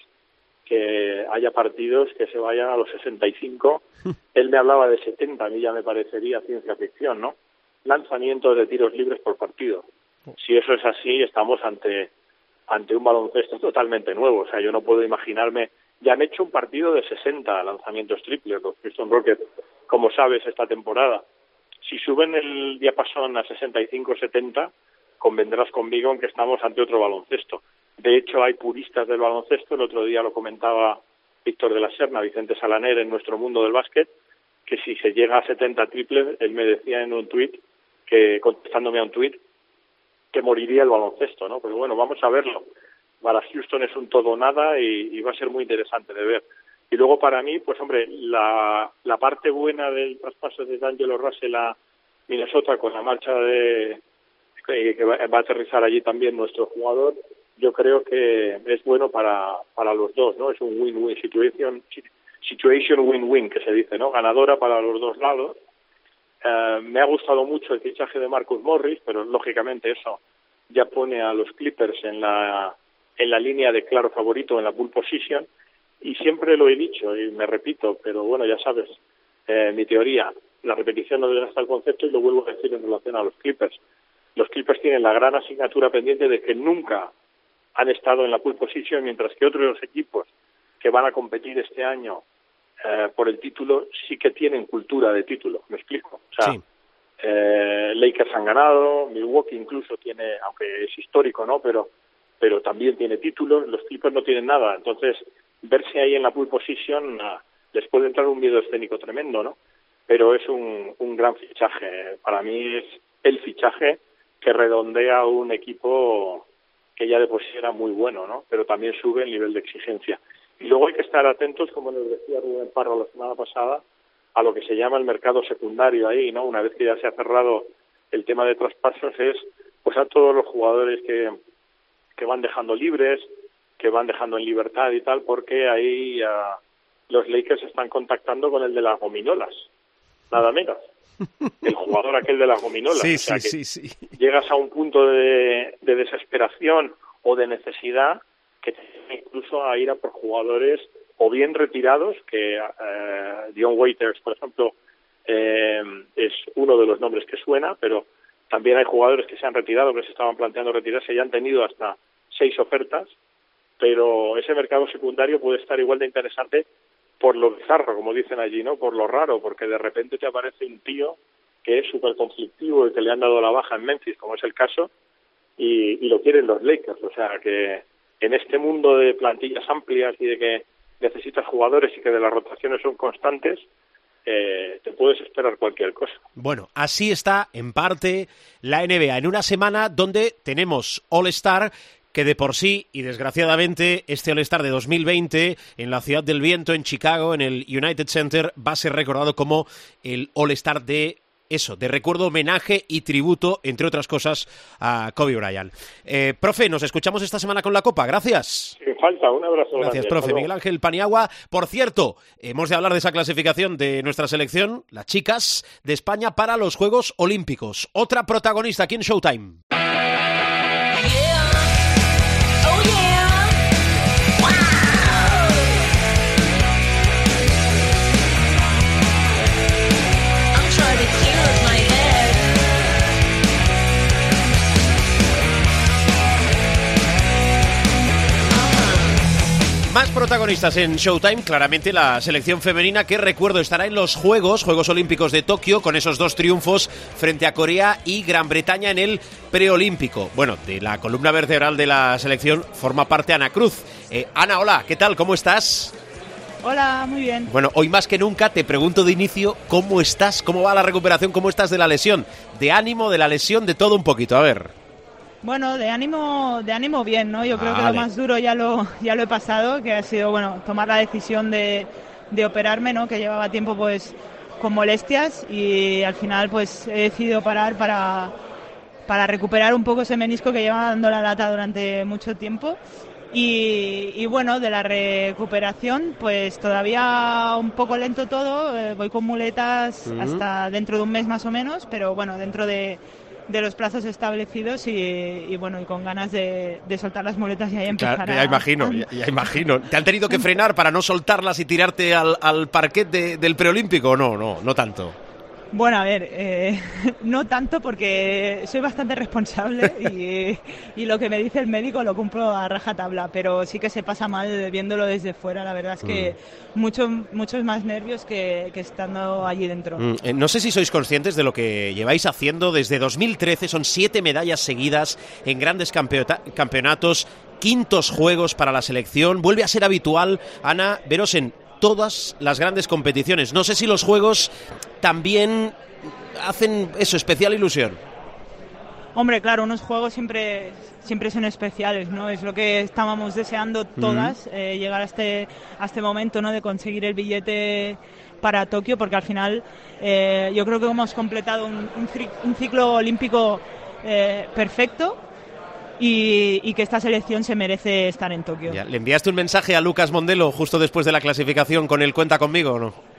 que haya partidos que se vayan a los sesenta y cinco. Él me hablaba de setenta, a mí ya me parecería ciencia ficción, ¿no? Lanzamientos de tiros libres por partido. Si eso es así, estamos ante, ante un baloncesto totalmente nuevo. O sea, yo no puedo imaginarme. Ya han hecho un partido de sesenta lanzamientos triples los Houston Rockets, como sabes, esta temporada. Si suben el diapasón a sesenta y cinco setenta, convendrás conmigo en que estamos ante otro baloncesto. De hecho, hay puristas del baloncesto, el otro día lo comentaba Víctor de la Serna, Vicente Salaner, en Nuestro Mundo del Básquet, que si se llega a setenta triples, él me decía en un tuit, que contestándome a un tuit, que moriría el baloncesto, ¿no? Pero bueno, vamos a verlo. Para Houston es un todo nada y, y va a ser muy interesante de ver. Y luego para mí, pues hombre, la, la parte buena del traspaso de D'Angelo Russell a Minnesota con la marcha de que, que va, va a aterrizar allí también nuestro jugador, yo creo que es bueno para para los dos, ¿no? Es un win-win situation, situation win-win que se dice, ¿no? Ganadora para los dos lados. Uh, me ha gustado mucho el fichaje de Marcus Morris, pero lógicamente eso ya pone a los Clippers en la en la línea de claro favorito en la pole position, y siempre lo he dicho y me repito, pero bueno, ya sabes, eh, mi teoría, la repetición no desgasta el concepto y lo vuelvo a decir en relación a los Clippers. Los Clippers tienen la gran asignatura pendiente de que nunca han estado en la pole position, mientras que otros equipos que van a competir este año eh, por el título sí que tienen cultura de título, ¿me explico? O sea, sí. eh, Lakers han ganado, Milwaukee incluso tiene, aunque es histórico, ¿no? Pero pero también tiene títulos, los Clippers no tienen nada, entonces verse ahí en la pole position uh, les puede entrar un miedo escénico tremendo, ¿no? Pero es un, un gran fichaje, para mí es el fichaje que redondea un equipo que ya de por sí era muy bueno, ¿no? Pero también sube el nivel de exigencia. Y luego hay que estar atentos, como nos decía Rubén Parra la semana pasada, a lo que se llama el mercado secundario ahí, ¿no? Una vez que ya se ha cerrado el tema de traspasos, es pues a todos los jugadores que que van dejando libres, que van dejando en libertad y tal, porque ahí uh, los Lakers están contactando con el de las gominolas, nada menos. El jugador aquel de las gominolas. Sí, o sea sí, que sí, sí. Llegas a un punto de, de desesperación o de necesidad que te lleva incluso a ir a por jugadores o bien retirados, que uh, Dion Waiters, por ejemplo, eh, es uno de los nombres que suena, pero También hay jugadores que se han retirado, que se estaban planteando retirarse y han tenido hasta seis ofertas, pero ese mercado secundario puede estar igual de interesante por lo bizarro, como dicen allí, ¿no? Por lo raro, porque de repente te aparece un tío que es súper conflictivo y que le han dado la baja en Memphis, como es el caso, y, y lo quieren los Lakers. O sea que en este mundo de plantillas amplias y de que necesitas jugadores y que de las rotaciones son constantes, eh, te puedes esperar cualquier cosa. Bueno, así está en parte la N B A, en una semana donde tenemos All-Star, que de por sí, y desgraciadamente, este All-Star de dos mil veinte en la Ciudad del Viento, en Chicago, en el United Center, va a ser recordado como el All-Star de eso, de recuerdo, homenaje y tributo, entre otras cosas, a Kobe Bryant. Eh, profe, nos escuchamos esta semana con la Copa. Gracias. Sin falta, un abrazo. Gracias, profe. Hasta Miguel Ángel Paniagua. Por cierto, hemos de hablar de esa clasificación de nuestra selección, las chicas de España, para los Juegos Olímpicos. Otra protagonista aquí en Showtime. Más protagonistas en Showtime, claramente la selección femenina, que recuerdo estará en los Juegos, Juegos Olímpicos de Tokio, con esos dos triunfos frente a Corea y Gran Bretaña en el preolímpico. Bueno, de la columna vertebral de la selección forma parte Ana Cruz. Eh, Ana, hola, ¿qué tal? ¿Cómo estás? Hola, muy bien. Bueno, hoy más que nunca te pregunto de inicio, ¿cómo estás? ¿Cómo va la recuperación? ¿Cómo estás de la lesión? ¿De ánimo, de la lesión, de todo un poquito? A ver. Bueno, de ánimo, de ánimo bien, ¿no? Yo creo vale. que lo más duro ya lo, ya lo he pasado, que ha sido, bueno, tomar la decisión de, de operarme, ¿no? Que llevaba tiempo, pues, con molestias y al final, pues, he decidido parar para, para recuperar un poco ese menisco que llevaba dando la lata durante mucho tiempo. Y, y bueno, de la recuperación, pues todavía un poco lento todo, eh, voy con muletas uh-huh. hasta dentro de un mes más o menos, pero bueno, dentro de de los plazos establecidos y, y bueno, y con ganas de, de soltar las muletas y ahí empezar claro, a... Ya imagino, ya, ya imagino. ¿Te han tenido que frenar para no soltarlas y tirarte al, al parquet de, del preolímpico? No, no, no tanto. Bueno, a ver, eh, no tanto porque soy bastante responsable y, y lo que me dice el médico lo cumplo a rajatabla, pero sí que se pasa mal viéndolo desde fuera. La verdad es que mm. mucho, muchos más nervios que, que estando allí dentro. Mm, eh, no sé si sois conscientes de lo que lleváis haciendo desde dos mil trece, son siete medallas seguidas en grandes campeota- campeonatos, quintos juegos para la selección. Vuelve a ser habitual, Ana, veros en todas las grandes competiciones. No sé si los juegos también hacen eso, especial ilusión. Hombre, claro, unos juegos siempre siempre son especiales, ¿no? Es lo que estábamos deseando todas, uh-huh. eh, llegar a este a este momento, ¿no? De conseguir el billete para Tokio, porque al final eh, yo creo que hemos completado un, un, un ciclo olímpico eh, perfecto. Y, y que esta selección se merece estar en Tokio. Ya, ¿le enviaste un mensaje a Lucas Mondelo justo después de la clasificación con el cuenta conmigo o no?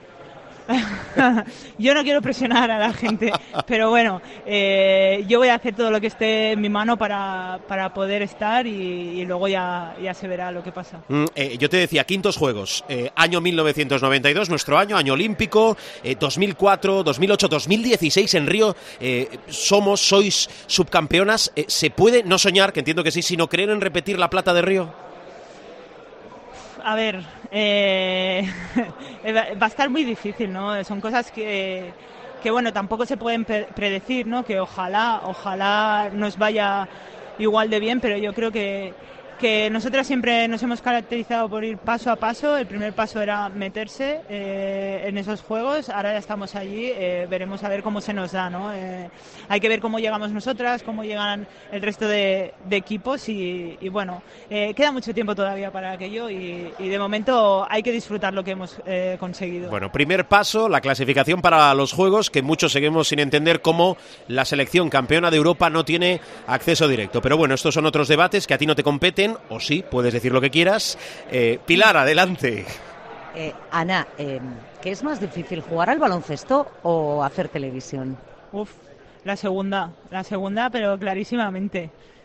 Yo no quiero presionar a la gente, pero bueno, eh, yo voy a hacer todo lo que esté en mi mano para, para poder estar y, y luego ya, ya se verá lo que pasa. Mm, eh, yo te decía, quintos juegos, eh, año mil novecientos noventa y dos, nuestro año, año olímpico, eh, dos mil cuatro, dos mil ocho, dos mil dieciséis en Río, eh, somos, sois subcampeonas. Eh, ¿Se puede no soñar, que entiendo que sí, sino creer en repetir la plata de Río? A ver, eh, va a estar muy difícil, ¿no? Son cosas que, que bueno, tampoco se pueden predecir, ¿no? Que ojalá, ojalá nos vaya igual de bien, pero yo creo que, que nosotras siempre nos hemos caracterizado por ir paso a paso. El primer paso era meterse eh, en esos juegos, ahora ya estamos allí, eh, veremos a ver cómo se nos da, ¿no? Eh, hay que ver cómo llegamos nosotras, cómo llegan el resto de, de equipos y, y bueno, eh, queda mucho tiempo todavía para aquello y, y de momento hay que disfrutar lo que hemos eh, conseguido. Bueno, primer paso, la clasificación para los Juegos, que muchos seguimos sin entender cómo la selección campeona de Europa no tiene acceso directo. Pero bueno, estos son otros debates que a ti no te competen, o sí, puedes decir lo que quieras. Eh, Pilar, adelante. Eh, Ana, eh, ¿qué es más difícil, jugar al baloncesto o hacer televisión? Uf, la segunda, la segunda, pero clarísimamente.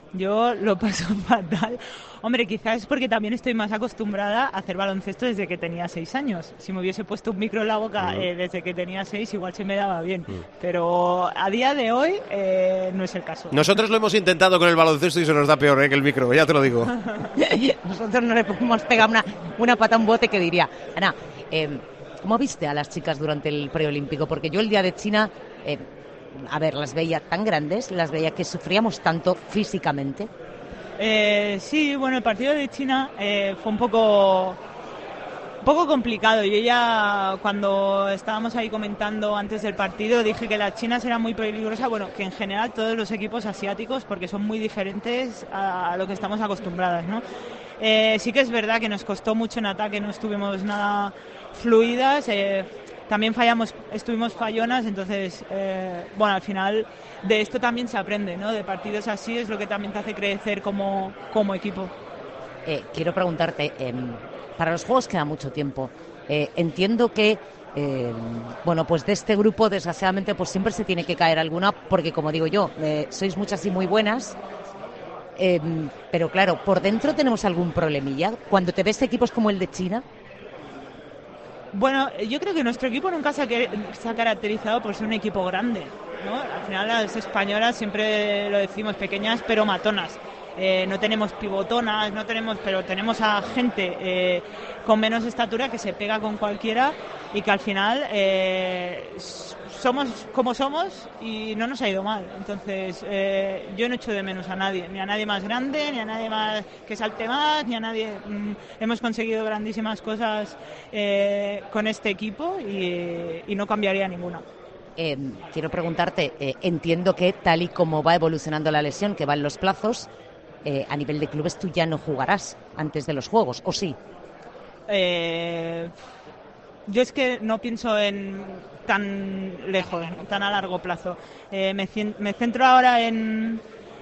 Yo lo paso fatal. Hombre, quizás es porque también estoy más acostumbrada a hacer baloncesto desde que tenía seis años. Si me hubiese puesto un micro en la boca uh-huh. eh, desde que tenía seis, igual se me daba bien. Uh-huh. Pero a día de hoy eh, no es el caso. Nosotros lo hemos intentado con el baloncesto y se nos da peor ¿eh? que el micro, ya te lo digo. Nosotros no le podemos pegar una, una pata a un bote que diría. Ana, eh, ¿cómo viste a las chicas durante el preolímpico? Porque yo el día de China... Eh, a ver, las veía tan grandes, las veía que sufríamos tanto físicamente. Eh, sí, bueno, el partido de China eh, fue un poco, un poco complicado. Yo ya cuando estábamos ahí comentando antes del partido dije que las chinas eran muy peligrosas, bueno, que en general todos los equipos asiáticos, porque son muy diferentes a, a lo que estamos acostumbradas, ¿no? Eh, sí que es verdad que nos costó mucho en ataque, no estuvimos nada fluidas. Eh, También fallamos, estuvimos fallonas, entonces, eh, bueno, al final de esto también se aprende, ¿no? De partidos así es lo que también te hace crecer como, como equipo. Eh, quiero preguntarte, eh, para los juegos queda mucho tiempo. Eh, entiendo que, eh, bueno, pues de este grupo, desgraciadamente, pues siempre se tiene que caer alguna, porque como digo yo, eh, sois muchas y muy buenas. Eh, pero claro, por dentro tenemos algún problemilla. Cuando te ves equipos como el de China... Bueno, yo creo que nuestro equipo nunca se ha, se ha caracterizado por ser un equipo grande, ¿no? Al final las españolas siempre lo decimos, pequeñas pero matonas. Eh, no tenemos pivotonas, no tenemos, pero tenemos a gente eh, con menos estatura que se pega con cualquiera y que al final eh, somos como somos y no nos ha ido mal. Entonces eh, yo no echo de menos a nadie, ni a nadie más grande, ni a nadie más que salte más, ni a nadie. Mm, hemos conseguido grandísimas cosas eh, con este equipo y, y no cambiaría ninguna. Eh, quiero preguntarte, eh, entiendo que tal y como va evolucionando la lesión, que van los plazos, Eh, a nivel de clubes tú ya no jugarás antes de los Juegos, ¿o sí? Eh, yo es que no pienso en tan lejos, tan a largo plazo. Eh, me, me centro ahora en,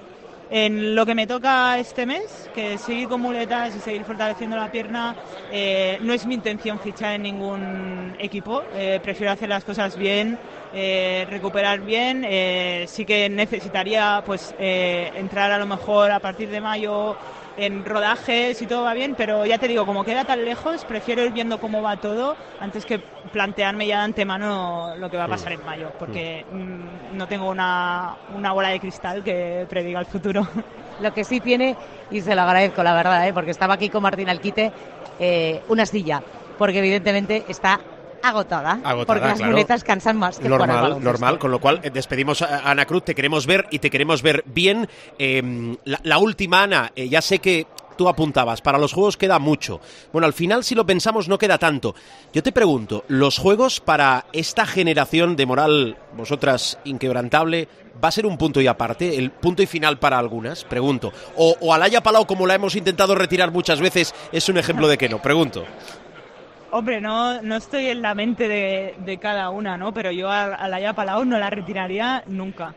en lo que me toca este mes, que es seguir con muletas y seguir fortaleciendo la pierna. Eh, no es mi intención fichar en ningún equipo, eh, prefiero hacer las cosas bien. Eh, recuperar bien, eh, sí que necesitaría pues eh, entrar a lo mejor a partir de mayo en rodajes y todo va bien, pero ya te digo, como queda tan lejos, prefiero ir viendo cómo va todo antes que plantearme ya de antemano lo que va a pasar en mayo, porque mm, no tengo una, una bola de cristal que prediga el futuro. Lo que sí tiene, y se lo agradezco la verdad, ¿eh? Porque estaba aquí con Martín Alquite, eh, una silla, porque evidentemente está agotada, agotada, porque las claro. muletas cansan más que normal, fuera normal, con lo cual eh, despedimos a Ana Cruz, te queremos ver y te queremos ver bien. Eh, la, la última, Ana, eh, ya sé que tú apuntabas, para los Juegos queda mucho. Bueno, al final, si lo pensamos, no queda tanto. Yo te pregunto, ¿los Juegos para esta generación de moral, vosotras, inquebrantable, va a ser un punto y aparte, el punto y final para algunas? Pregunto. O, o Alaya Palau, como la hemos intentado retirar muchas veces, es un ejemplo de que no. Pregunto. Hombre, no, no estoy en la mente de, de cada una, ¿no? Pero yo a, a Laia Palau no la retiraría nunca.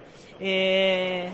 Eh,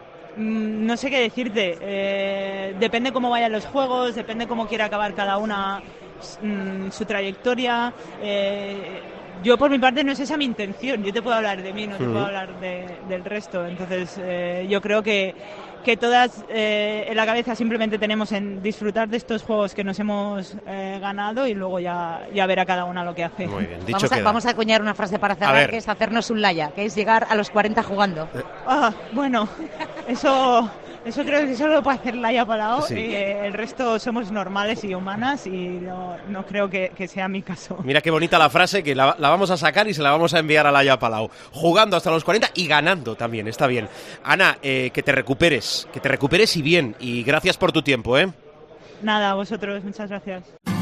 no sé qué decirte. Eh, depende cómo vayan los juegos, depende cómo quiera acabar cada una mm, su trayectoria. Eh, yo por mi parte no es esa mi intención. Yo te puedo hablar de mí, no te uh-huh. puedo hablar de, del resto. Entonces eh, yo creo que que todas eh, en la cabeza simplemente tenemos en disfrutar de estos juegos que nos hemos eh, ganado y luego ya, ya ver a cada una lo que hace. Muy bien, dicho vamos, a, vamos a acuñar una frase para cerrar, que es hacernos un Laia, que es llegar a los cuarenta jugando. Ah, bueno, eso... Eso creo que solo lo puede hacer Laia Palau, sí. Y eh, el resto somos normales y humanas y no, no creo que, que sea mi caso. Mira qué bonita la frase, que la, la vamos a sacar y se la vamos a enviar a Laia Palau. Jugando hasta los cuarenta y ganando también, está bien. Ana, eh, que te recuperes, que te recuperes y bien, y gracias por tu tiempo, ¿eh? Nada, a vosotros, muchas gracias.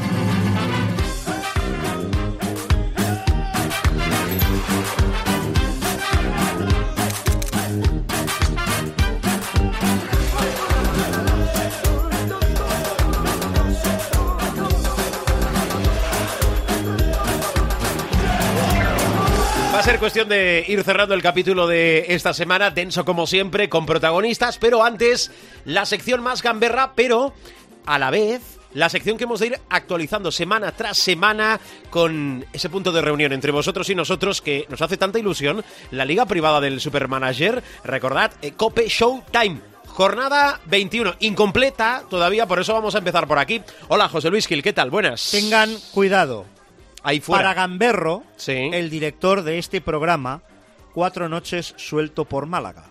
Va a ser cuestión de ir cerrando el capítulo de esta semana, denso como siempre, con protagonistas, pero antes, la sección más gamberra, pero a la vez, la sección que hemos de ir actualizando semana tras semana con ese punto de reunión entre vosotros y nosotros que nos hace tanta ilusión, la liga privada del Supermanager. Recordad, eh, Cope Showtime. Jornada veintiuno, incompleta todavía, por eso vamos a empezar por aquí. Hola, José Luis Gil, ¿qué tal? Buenas. Tengan cuidado. Ahí fuera. Para Gamberro, sí. el director de este programa, cuatro noches suelto por Málaga.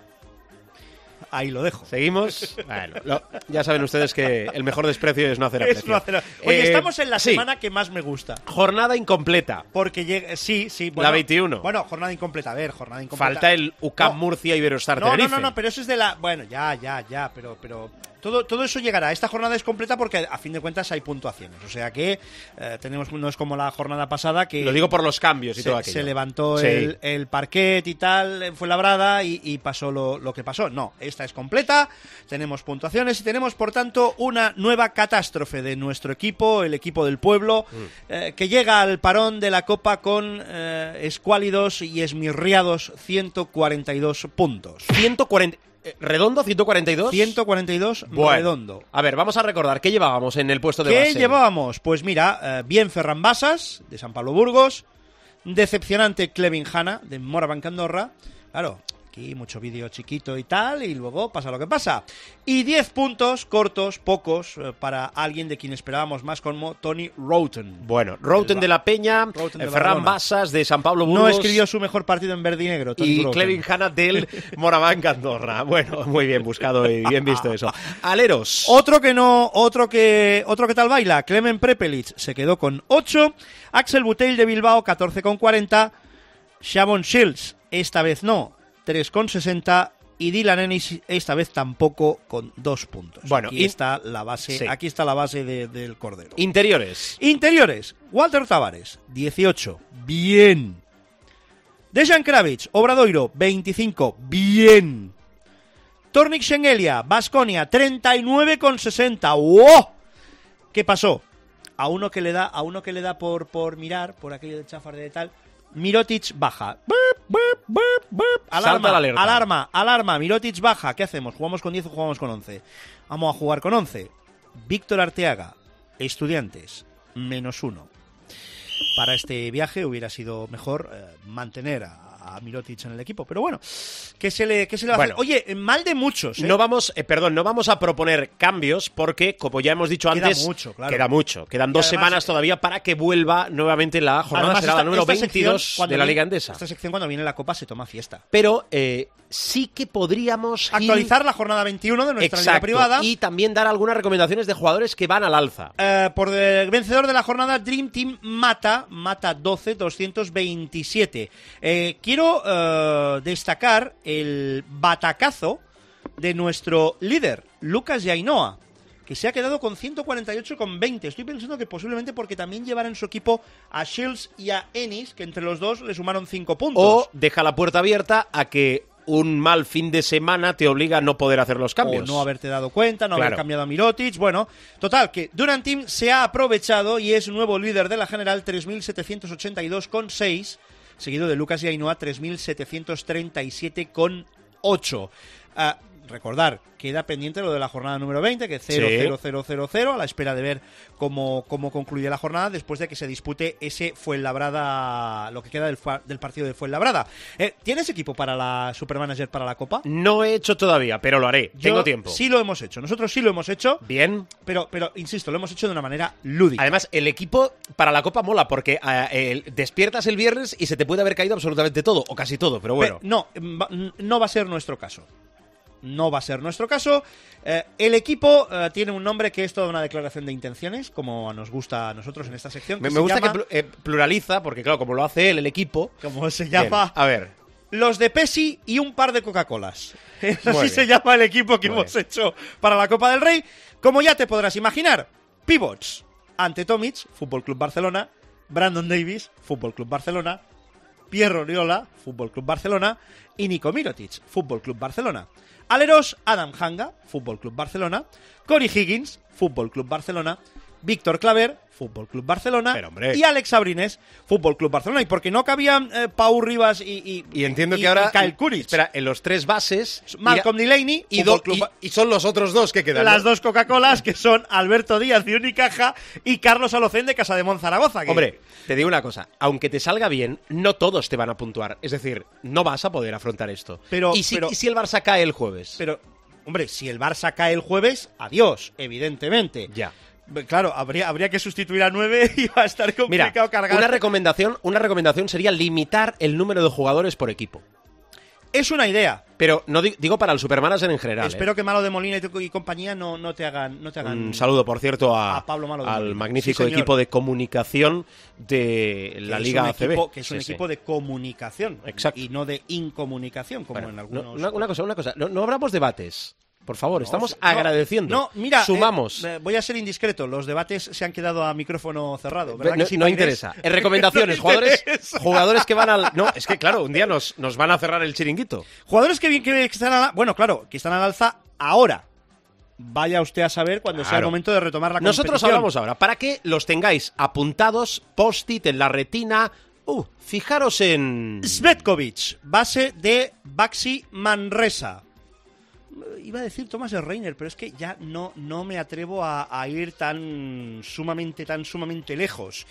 Ahí lo dejo. ¿Seguimos? Bueno, lo, ya saben ustedes que el mejor desprecio es no hacer aprecio. Es no hacer... Oye, eh, estamos en la sí. semana que más me gusta. Jornada incompleta. Porque llega... Sí, sí. Bueno, la veintiuno. Bueno, jornada incompleta. A ver, jornada incompleta. Falta el U C A M no. Murcia Iberostar no, Tenerife. No, no, no, pero eso es de la... Bueno, ya, ya, ya, pero... pero... Todo, todo eso llegará. Esta jornada es completa porque a fin de cuentas hay puntuaciones. O sea que eh, tenemos no es como la jornada pasada que... Lo digo por los cambios y se, todo aquello. Se levantó sí. el, el parquet y tal, fue labrada y, y pasó lo, lo que pasó. No, esta es completa, tenemos puntuaciones y tenemos por tanto una nueva catástrofe de nuestro equipo, el equipo del pueblo, mm. eh, que llega al parón de la Copa con eh, escuálidos y esmirriados ciento cuarenta y dos puntos. ciento cuarenta... ¿Redondo? ¿ciento cuarenta y dos? ciento cuarenta y dos bueno, redondo. A ver, vamos a recordar, ¿qué llevábamos en el puesto de ¿Qué base? ¿Qué llevábamos? Pues mira, eh, bien Ferran Basas, de San Pablo Burgos, decepcionante Clevin Hanna, de Morabanc Andorra, claro, aquí mucho vídeo chiquito y tal, y luego pasa lo que pasa. Y diez puntos cortos, pocos, eh, para alguien de quien esperábamos más, como Tony Roten. Bueno, Roten de la Peña, Roten de Ferran Barcelona. Basas de San Pablo Burgos. No escribió su mejor partido en verde y negro, Tony y Roten. Clevin Hanna del Morabanc Andorra. Bueno, muy bien buscado y bien visto eso. Aleros. Otro que no, otro que, otro que tal baila, Clemen Prepelic se quedó con ocho, Axel Butel de Bilbao catorce con cuarenta, Shavon Shields esta vez no, tres con sesenta y Dylan Ennis esta vez tampoco con dos puntos. Bueno, aquí in... está la base, sí. aquí está la base de, del Cordero. Interiores. Interiores, Walter Tavares, dieciocho, bien. Dejan Kravic, Obradoiro, veinticinco, bien. Tornik Schengelia, Baskonia, treinta y nueve con sesenta. ¡Wow! ¿Qué pasó? A uno que le da, a uno que le da por, por mirar, por aquello de chafar de tal, Mirotic baja. Bup, bup, bup, bup. Alarma, la alerta. alarma, alarma, Mirotic baja. ¿Qué hacemos? ¿Jugamos con diez o jugamos con once? Vamos a jugar con once. Víctor Arteaga, Estudiantes, menos uno. Para este viaje hubiera sido mejor eh, mantener a, a Mirotic en el equipo, pero bueno, ¿qué se le, qué se le va bueno, a hacer? Oye, mal de muchos, ¿eh? No vamos, eh, perdón, no vamos a proponer cambios porque, como ya hemos dicho queda antes, mucho, claro. queda mucho. Quedan Y dos además, semanas todavía para que vuelva nuevamente la jornada, además, será esta, la número esta veintidós de la viene, Liga Endesa. Esta sección cuando viene la Copa se toma fiesta. Pero eh, sí que podríamos actualizar Gil, la jornada veintiuno de nuestra exacto, liga privada y también dar algunas recomendaciones de jugadores que van al alza. Eh, por el vencedor de la jornada, Dream Team Mata, Mata doce, doscientos veintisiete. Eh, quiero eh, destacar el batacazo de nuestro líder, Lucas Yainoa, que se ha quedado con ciento cuarenta y ocho con veinte. Estoy pensando que posiblemente porque también llevará en su equipo a Shields y a Ennis, que entre los dos le sumaron cinco puntos. O deja la puerta abierta a que un mal fin de semana te obliga a no poder hacer los cambios. O no haberte dado cuenta, no claro. haber cambiado a Mirotic. Bueno, total, que Durant Team se ha aprovechado y es nuevo líder de la general, tres mil setecientos ochenta y dos con seis, seguido de Lucas y Ainhoa, tres mil setecientos treinta y siete con ocho. Uh, recordar, queda pendiente lo de la jornada número veinte, que es cero cero cero cero cero, a la espera de ver cómo, cómo concluye la jornada después de que se dispute ese Fuenlabrada, lo que queda del, del partido de Fuenlabrada. Eh, ¿Tienes equipo para la Supermanager para la Copa? No he hecho todavía, pero lo haré. Yo Tengo tiempo. Sí lo hemos hecho, nosotros sí lo hemos hecho. Bien. Pero, pero insisto, lo hemos hecho de una manera lúdica. Además, el equipo para la Copa mola porque eh, el, despiertas el viernes y se te puede haber caído absolutamente todo, o casi todo, pero bueno. Pero no, no va a ser nuestro caso. No va a ser nuestro caso. Eh, el equipo eh, tiene un nombre que es toda una declaración de intenciones, como nos gusta a nosotros en esta sección. Me, que me gusta llama, que eh, pluraliza, porque claro, como lo hace él, el equipo. Como se llama. Bien, a ver. Los de Pepsi y un par de Coca-Colas. Así bien. se llama el equipo que Muy hemos bien. hecho para la Copa del Rey. Como ya te podrás imaginar, pivots. Ante Tomic, Fútbol Club Barcelona. Brandon Davis, Fútbol Club Barcelona. Pierre Oriola, Fútbol Club Barcelona. Y Nico Mirotic, Fútbol Club Barcelona. Aleros, Adam Hanga, Fútbol Club Barcelona. Corey Higgins, Fútbol Club Barcelona. Víctor Claver, Fútbol Club Barcelona. Pero, hombre. Y Alex Abrines, Fútbol Club Barcelona. Y porque no cabían eh, Pau Rivas y, y, Y entiendo y- que ahora. y Kyle Kuric. Espera, en los tres bases. Malcolm mira, Delaney y, Fútbol do- Club y- Ba- y son los otros dos que quedan. las ¿no? dos Coca-Colas, que son Alberto Díaz de Unicaja y Carlos Alocén de Casademont Zaragoza. que- Hombre, te digo una cosa, aunque te salga bien, no todos te van a puntuar. Es decir, no vas a poder afrontar esto. Pero- ¿Y si, pero- y si el Barça cae el jueves? Pero Hombre, si el Barça cae el jueves, adiós, evidentemente. Ya. Claro, habría, habría que sustituir a nueve y va a estar complicado. Mira, cargar. Una recomendación, una recomendación sería limitar el número de jugadores por equipo. Es una idea. Pero no di- digo para el Supermanager en general. Espero ¿eh? que Malo de Molina y, tu- y compañía no, no te hagan... No te hagan Un saludo, por cierto, a, a Pablo Malo de al Molina. magnífico Sí, señor. equipo de comunicación de la que es Liga un A C B. equipo- que es un Sí, sí. equipo de comunicación. Exacto. Y no de incomunicación, como Bueno, en no- algunos... una, una cosa, una cosa. No, no abramos debates. Por favor, No, estamos no, agradeciendo. No, mira, Sumamos. eh, voy a ser indiscreto. Los debates se han quedado a micrófono cerrado. No, ¿Verdad que sí, no Paires? interesa. En recomendaciones, No jugadores, interesa. jugadores que van al. No, es que claro, un día nos, nos van a cerrar el chiringuito. Jugadores que, que están a la- bueno, claro, que están al alza ahora. Vaya usted a saber cuando sea el Claro. momento de retomar la Nosotros competición. hablamos ahora, para que los tengáis apuntados, post-it en la retina. Uh, fijaros en. Svetkovic, base de Baxi Manresa. Iba a decir Thomas Reiner, pero es que ya no, no me atrevo a, a ir tan sumamente, tan sumamente lejos.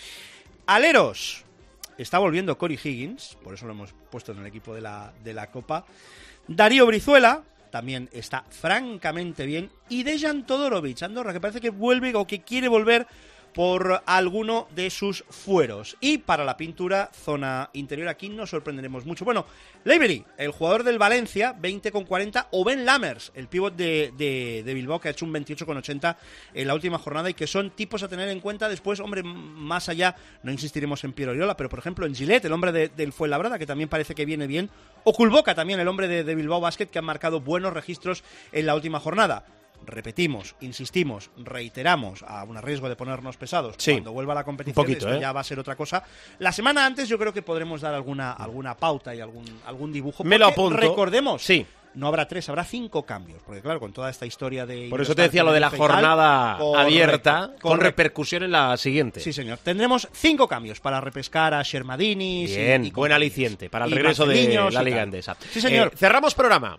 Aleros. Está volviendo Corey Higgins, por eso lo hemos puesto en el equipo de la, de la Copa. Darío Brizuela también está francamente bien. Y Dejan Todorovic, Andorra, que parece que vuelve o que quiere volver por alguno de sus fueros. Y para la pintura, zona interior, aquí nos sorprenderemos mucho. Bueno, Leibery, el jugador del Valencia, veinte con cuarenta, o Ben Lammers, el pívot de, de, de Bilbao, que ha hecho un veintiocho con ochenta en la última jornada, y que son tipos a tener en cuenta después. Hombre, más allá, no insistiremos en Piero Oriola, pero por ejemplo en Gillette, el hombre de, del Fuenlabrada, que también parece que viene bien, o Kulboka también, el hombre de, de Bilbao Basket, que han marcado buenos registros en la última jornada. Repetimos, insistimos, reiteramos, a un riesgo de ponernos pesados, Sí, cuando vuelva la competición, un poquito, esto ¿eh? ya va a ser otra cosa. La semana antes yo creo que podremos dar alguna, alguna pauta y algún, algún dibujo. Me lo porque apunto. Recordemos, Sí. no habrá tres, habrá cinco cambios, porque claro, con toda esta historia de... Por eso te decía lo de la jornada abierta, con repercusión en la siguiente. Sí, señor. Tendremos cinco cambios para repescar a Shermadini. Bien, buen aliciente para el y regreso de Marceliños la y Liga tal. Endesa. Sí, señor. Eh, cerramos programa.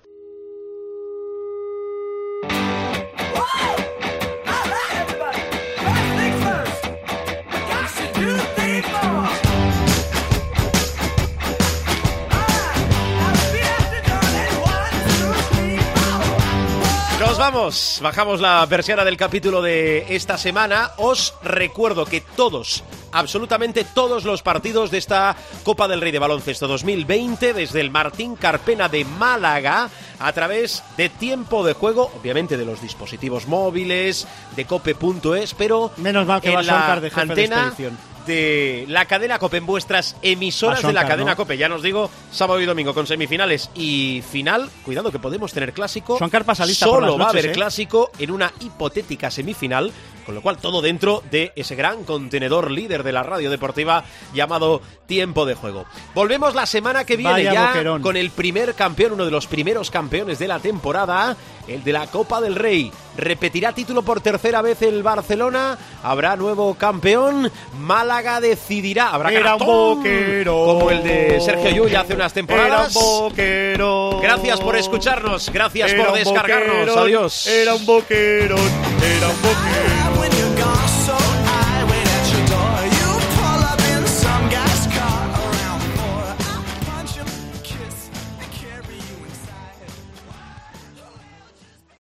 Nos vamos, bajamos la persiana del capítulo de esta semana. Os recuerdo que todos, absolutamente todos los partidos de esta Copa del Rey de Baloncesto dos mil veinte, desde el Martín Carpena de Málaga, a través de Tiempo de Juego, obviamente de los dispositivos móviles, de cope punto es, pero Menos mal que en va la Soncar de jefe de antena expedición. de la cadena COPE, en vuestras emisoras A de la Soncar, cadena ¿no? COPE. Ya nos digo, sábado y domingo con semifinales y final. Cuidado que podemos tener clásico. Soncar pasa lista por Solo las va a noches, haber ¿eh? clásico en una hipotética semifinal, con lo cual todo dentro de ese gran contenedor líder de la radio deportiva llamado Tiempo de Juego. Volvemos la semana que viene Vaya ya boquerón. con el primer campeón, uno de los primeros campeones de la temporada, el de la Copa del Rey. Repetirá título por tercera vez el Barcelona. Habrá nuevo campeón. Málaga decidirá. Habrá Era un canastón, boquero. como el de Sergio Llull hace unas temporadas. Era un boquerón. Gracias por escucharnos. Gracias Era por un descargarnos. boquerón. Adiós. Era un boquerón. Era un boquerón.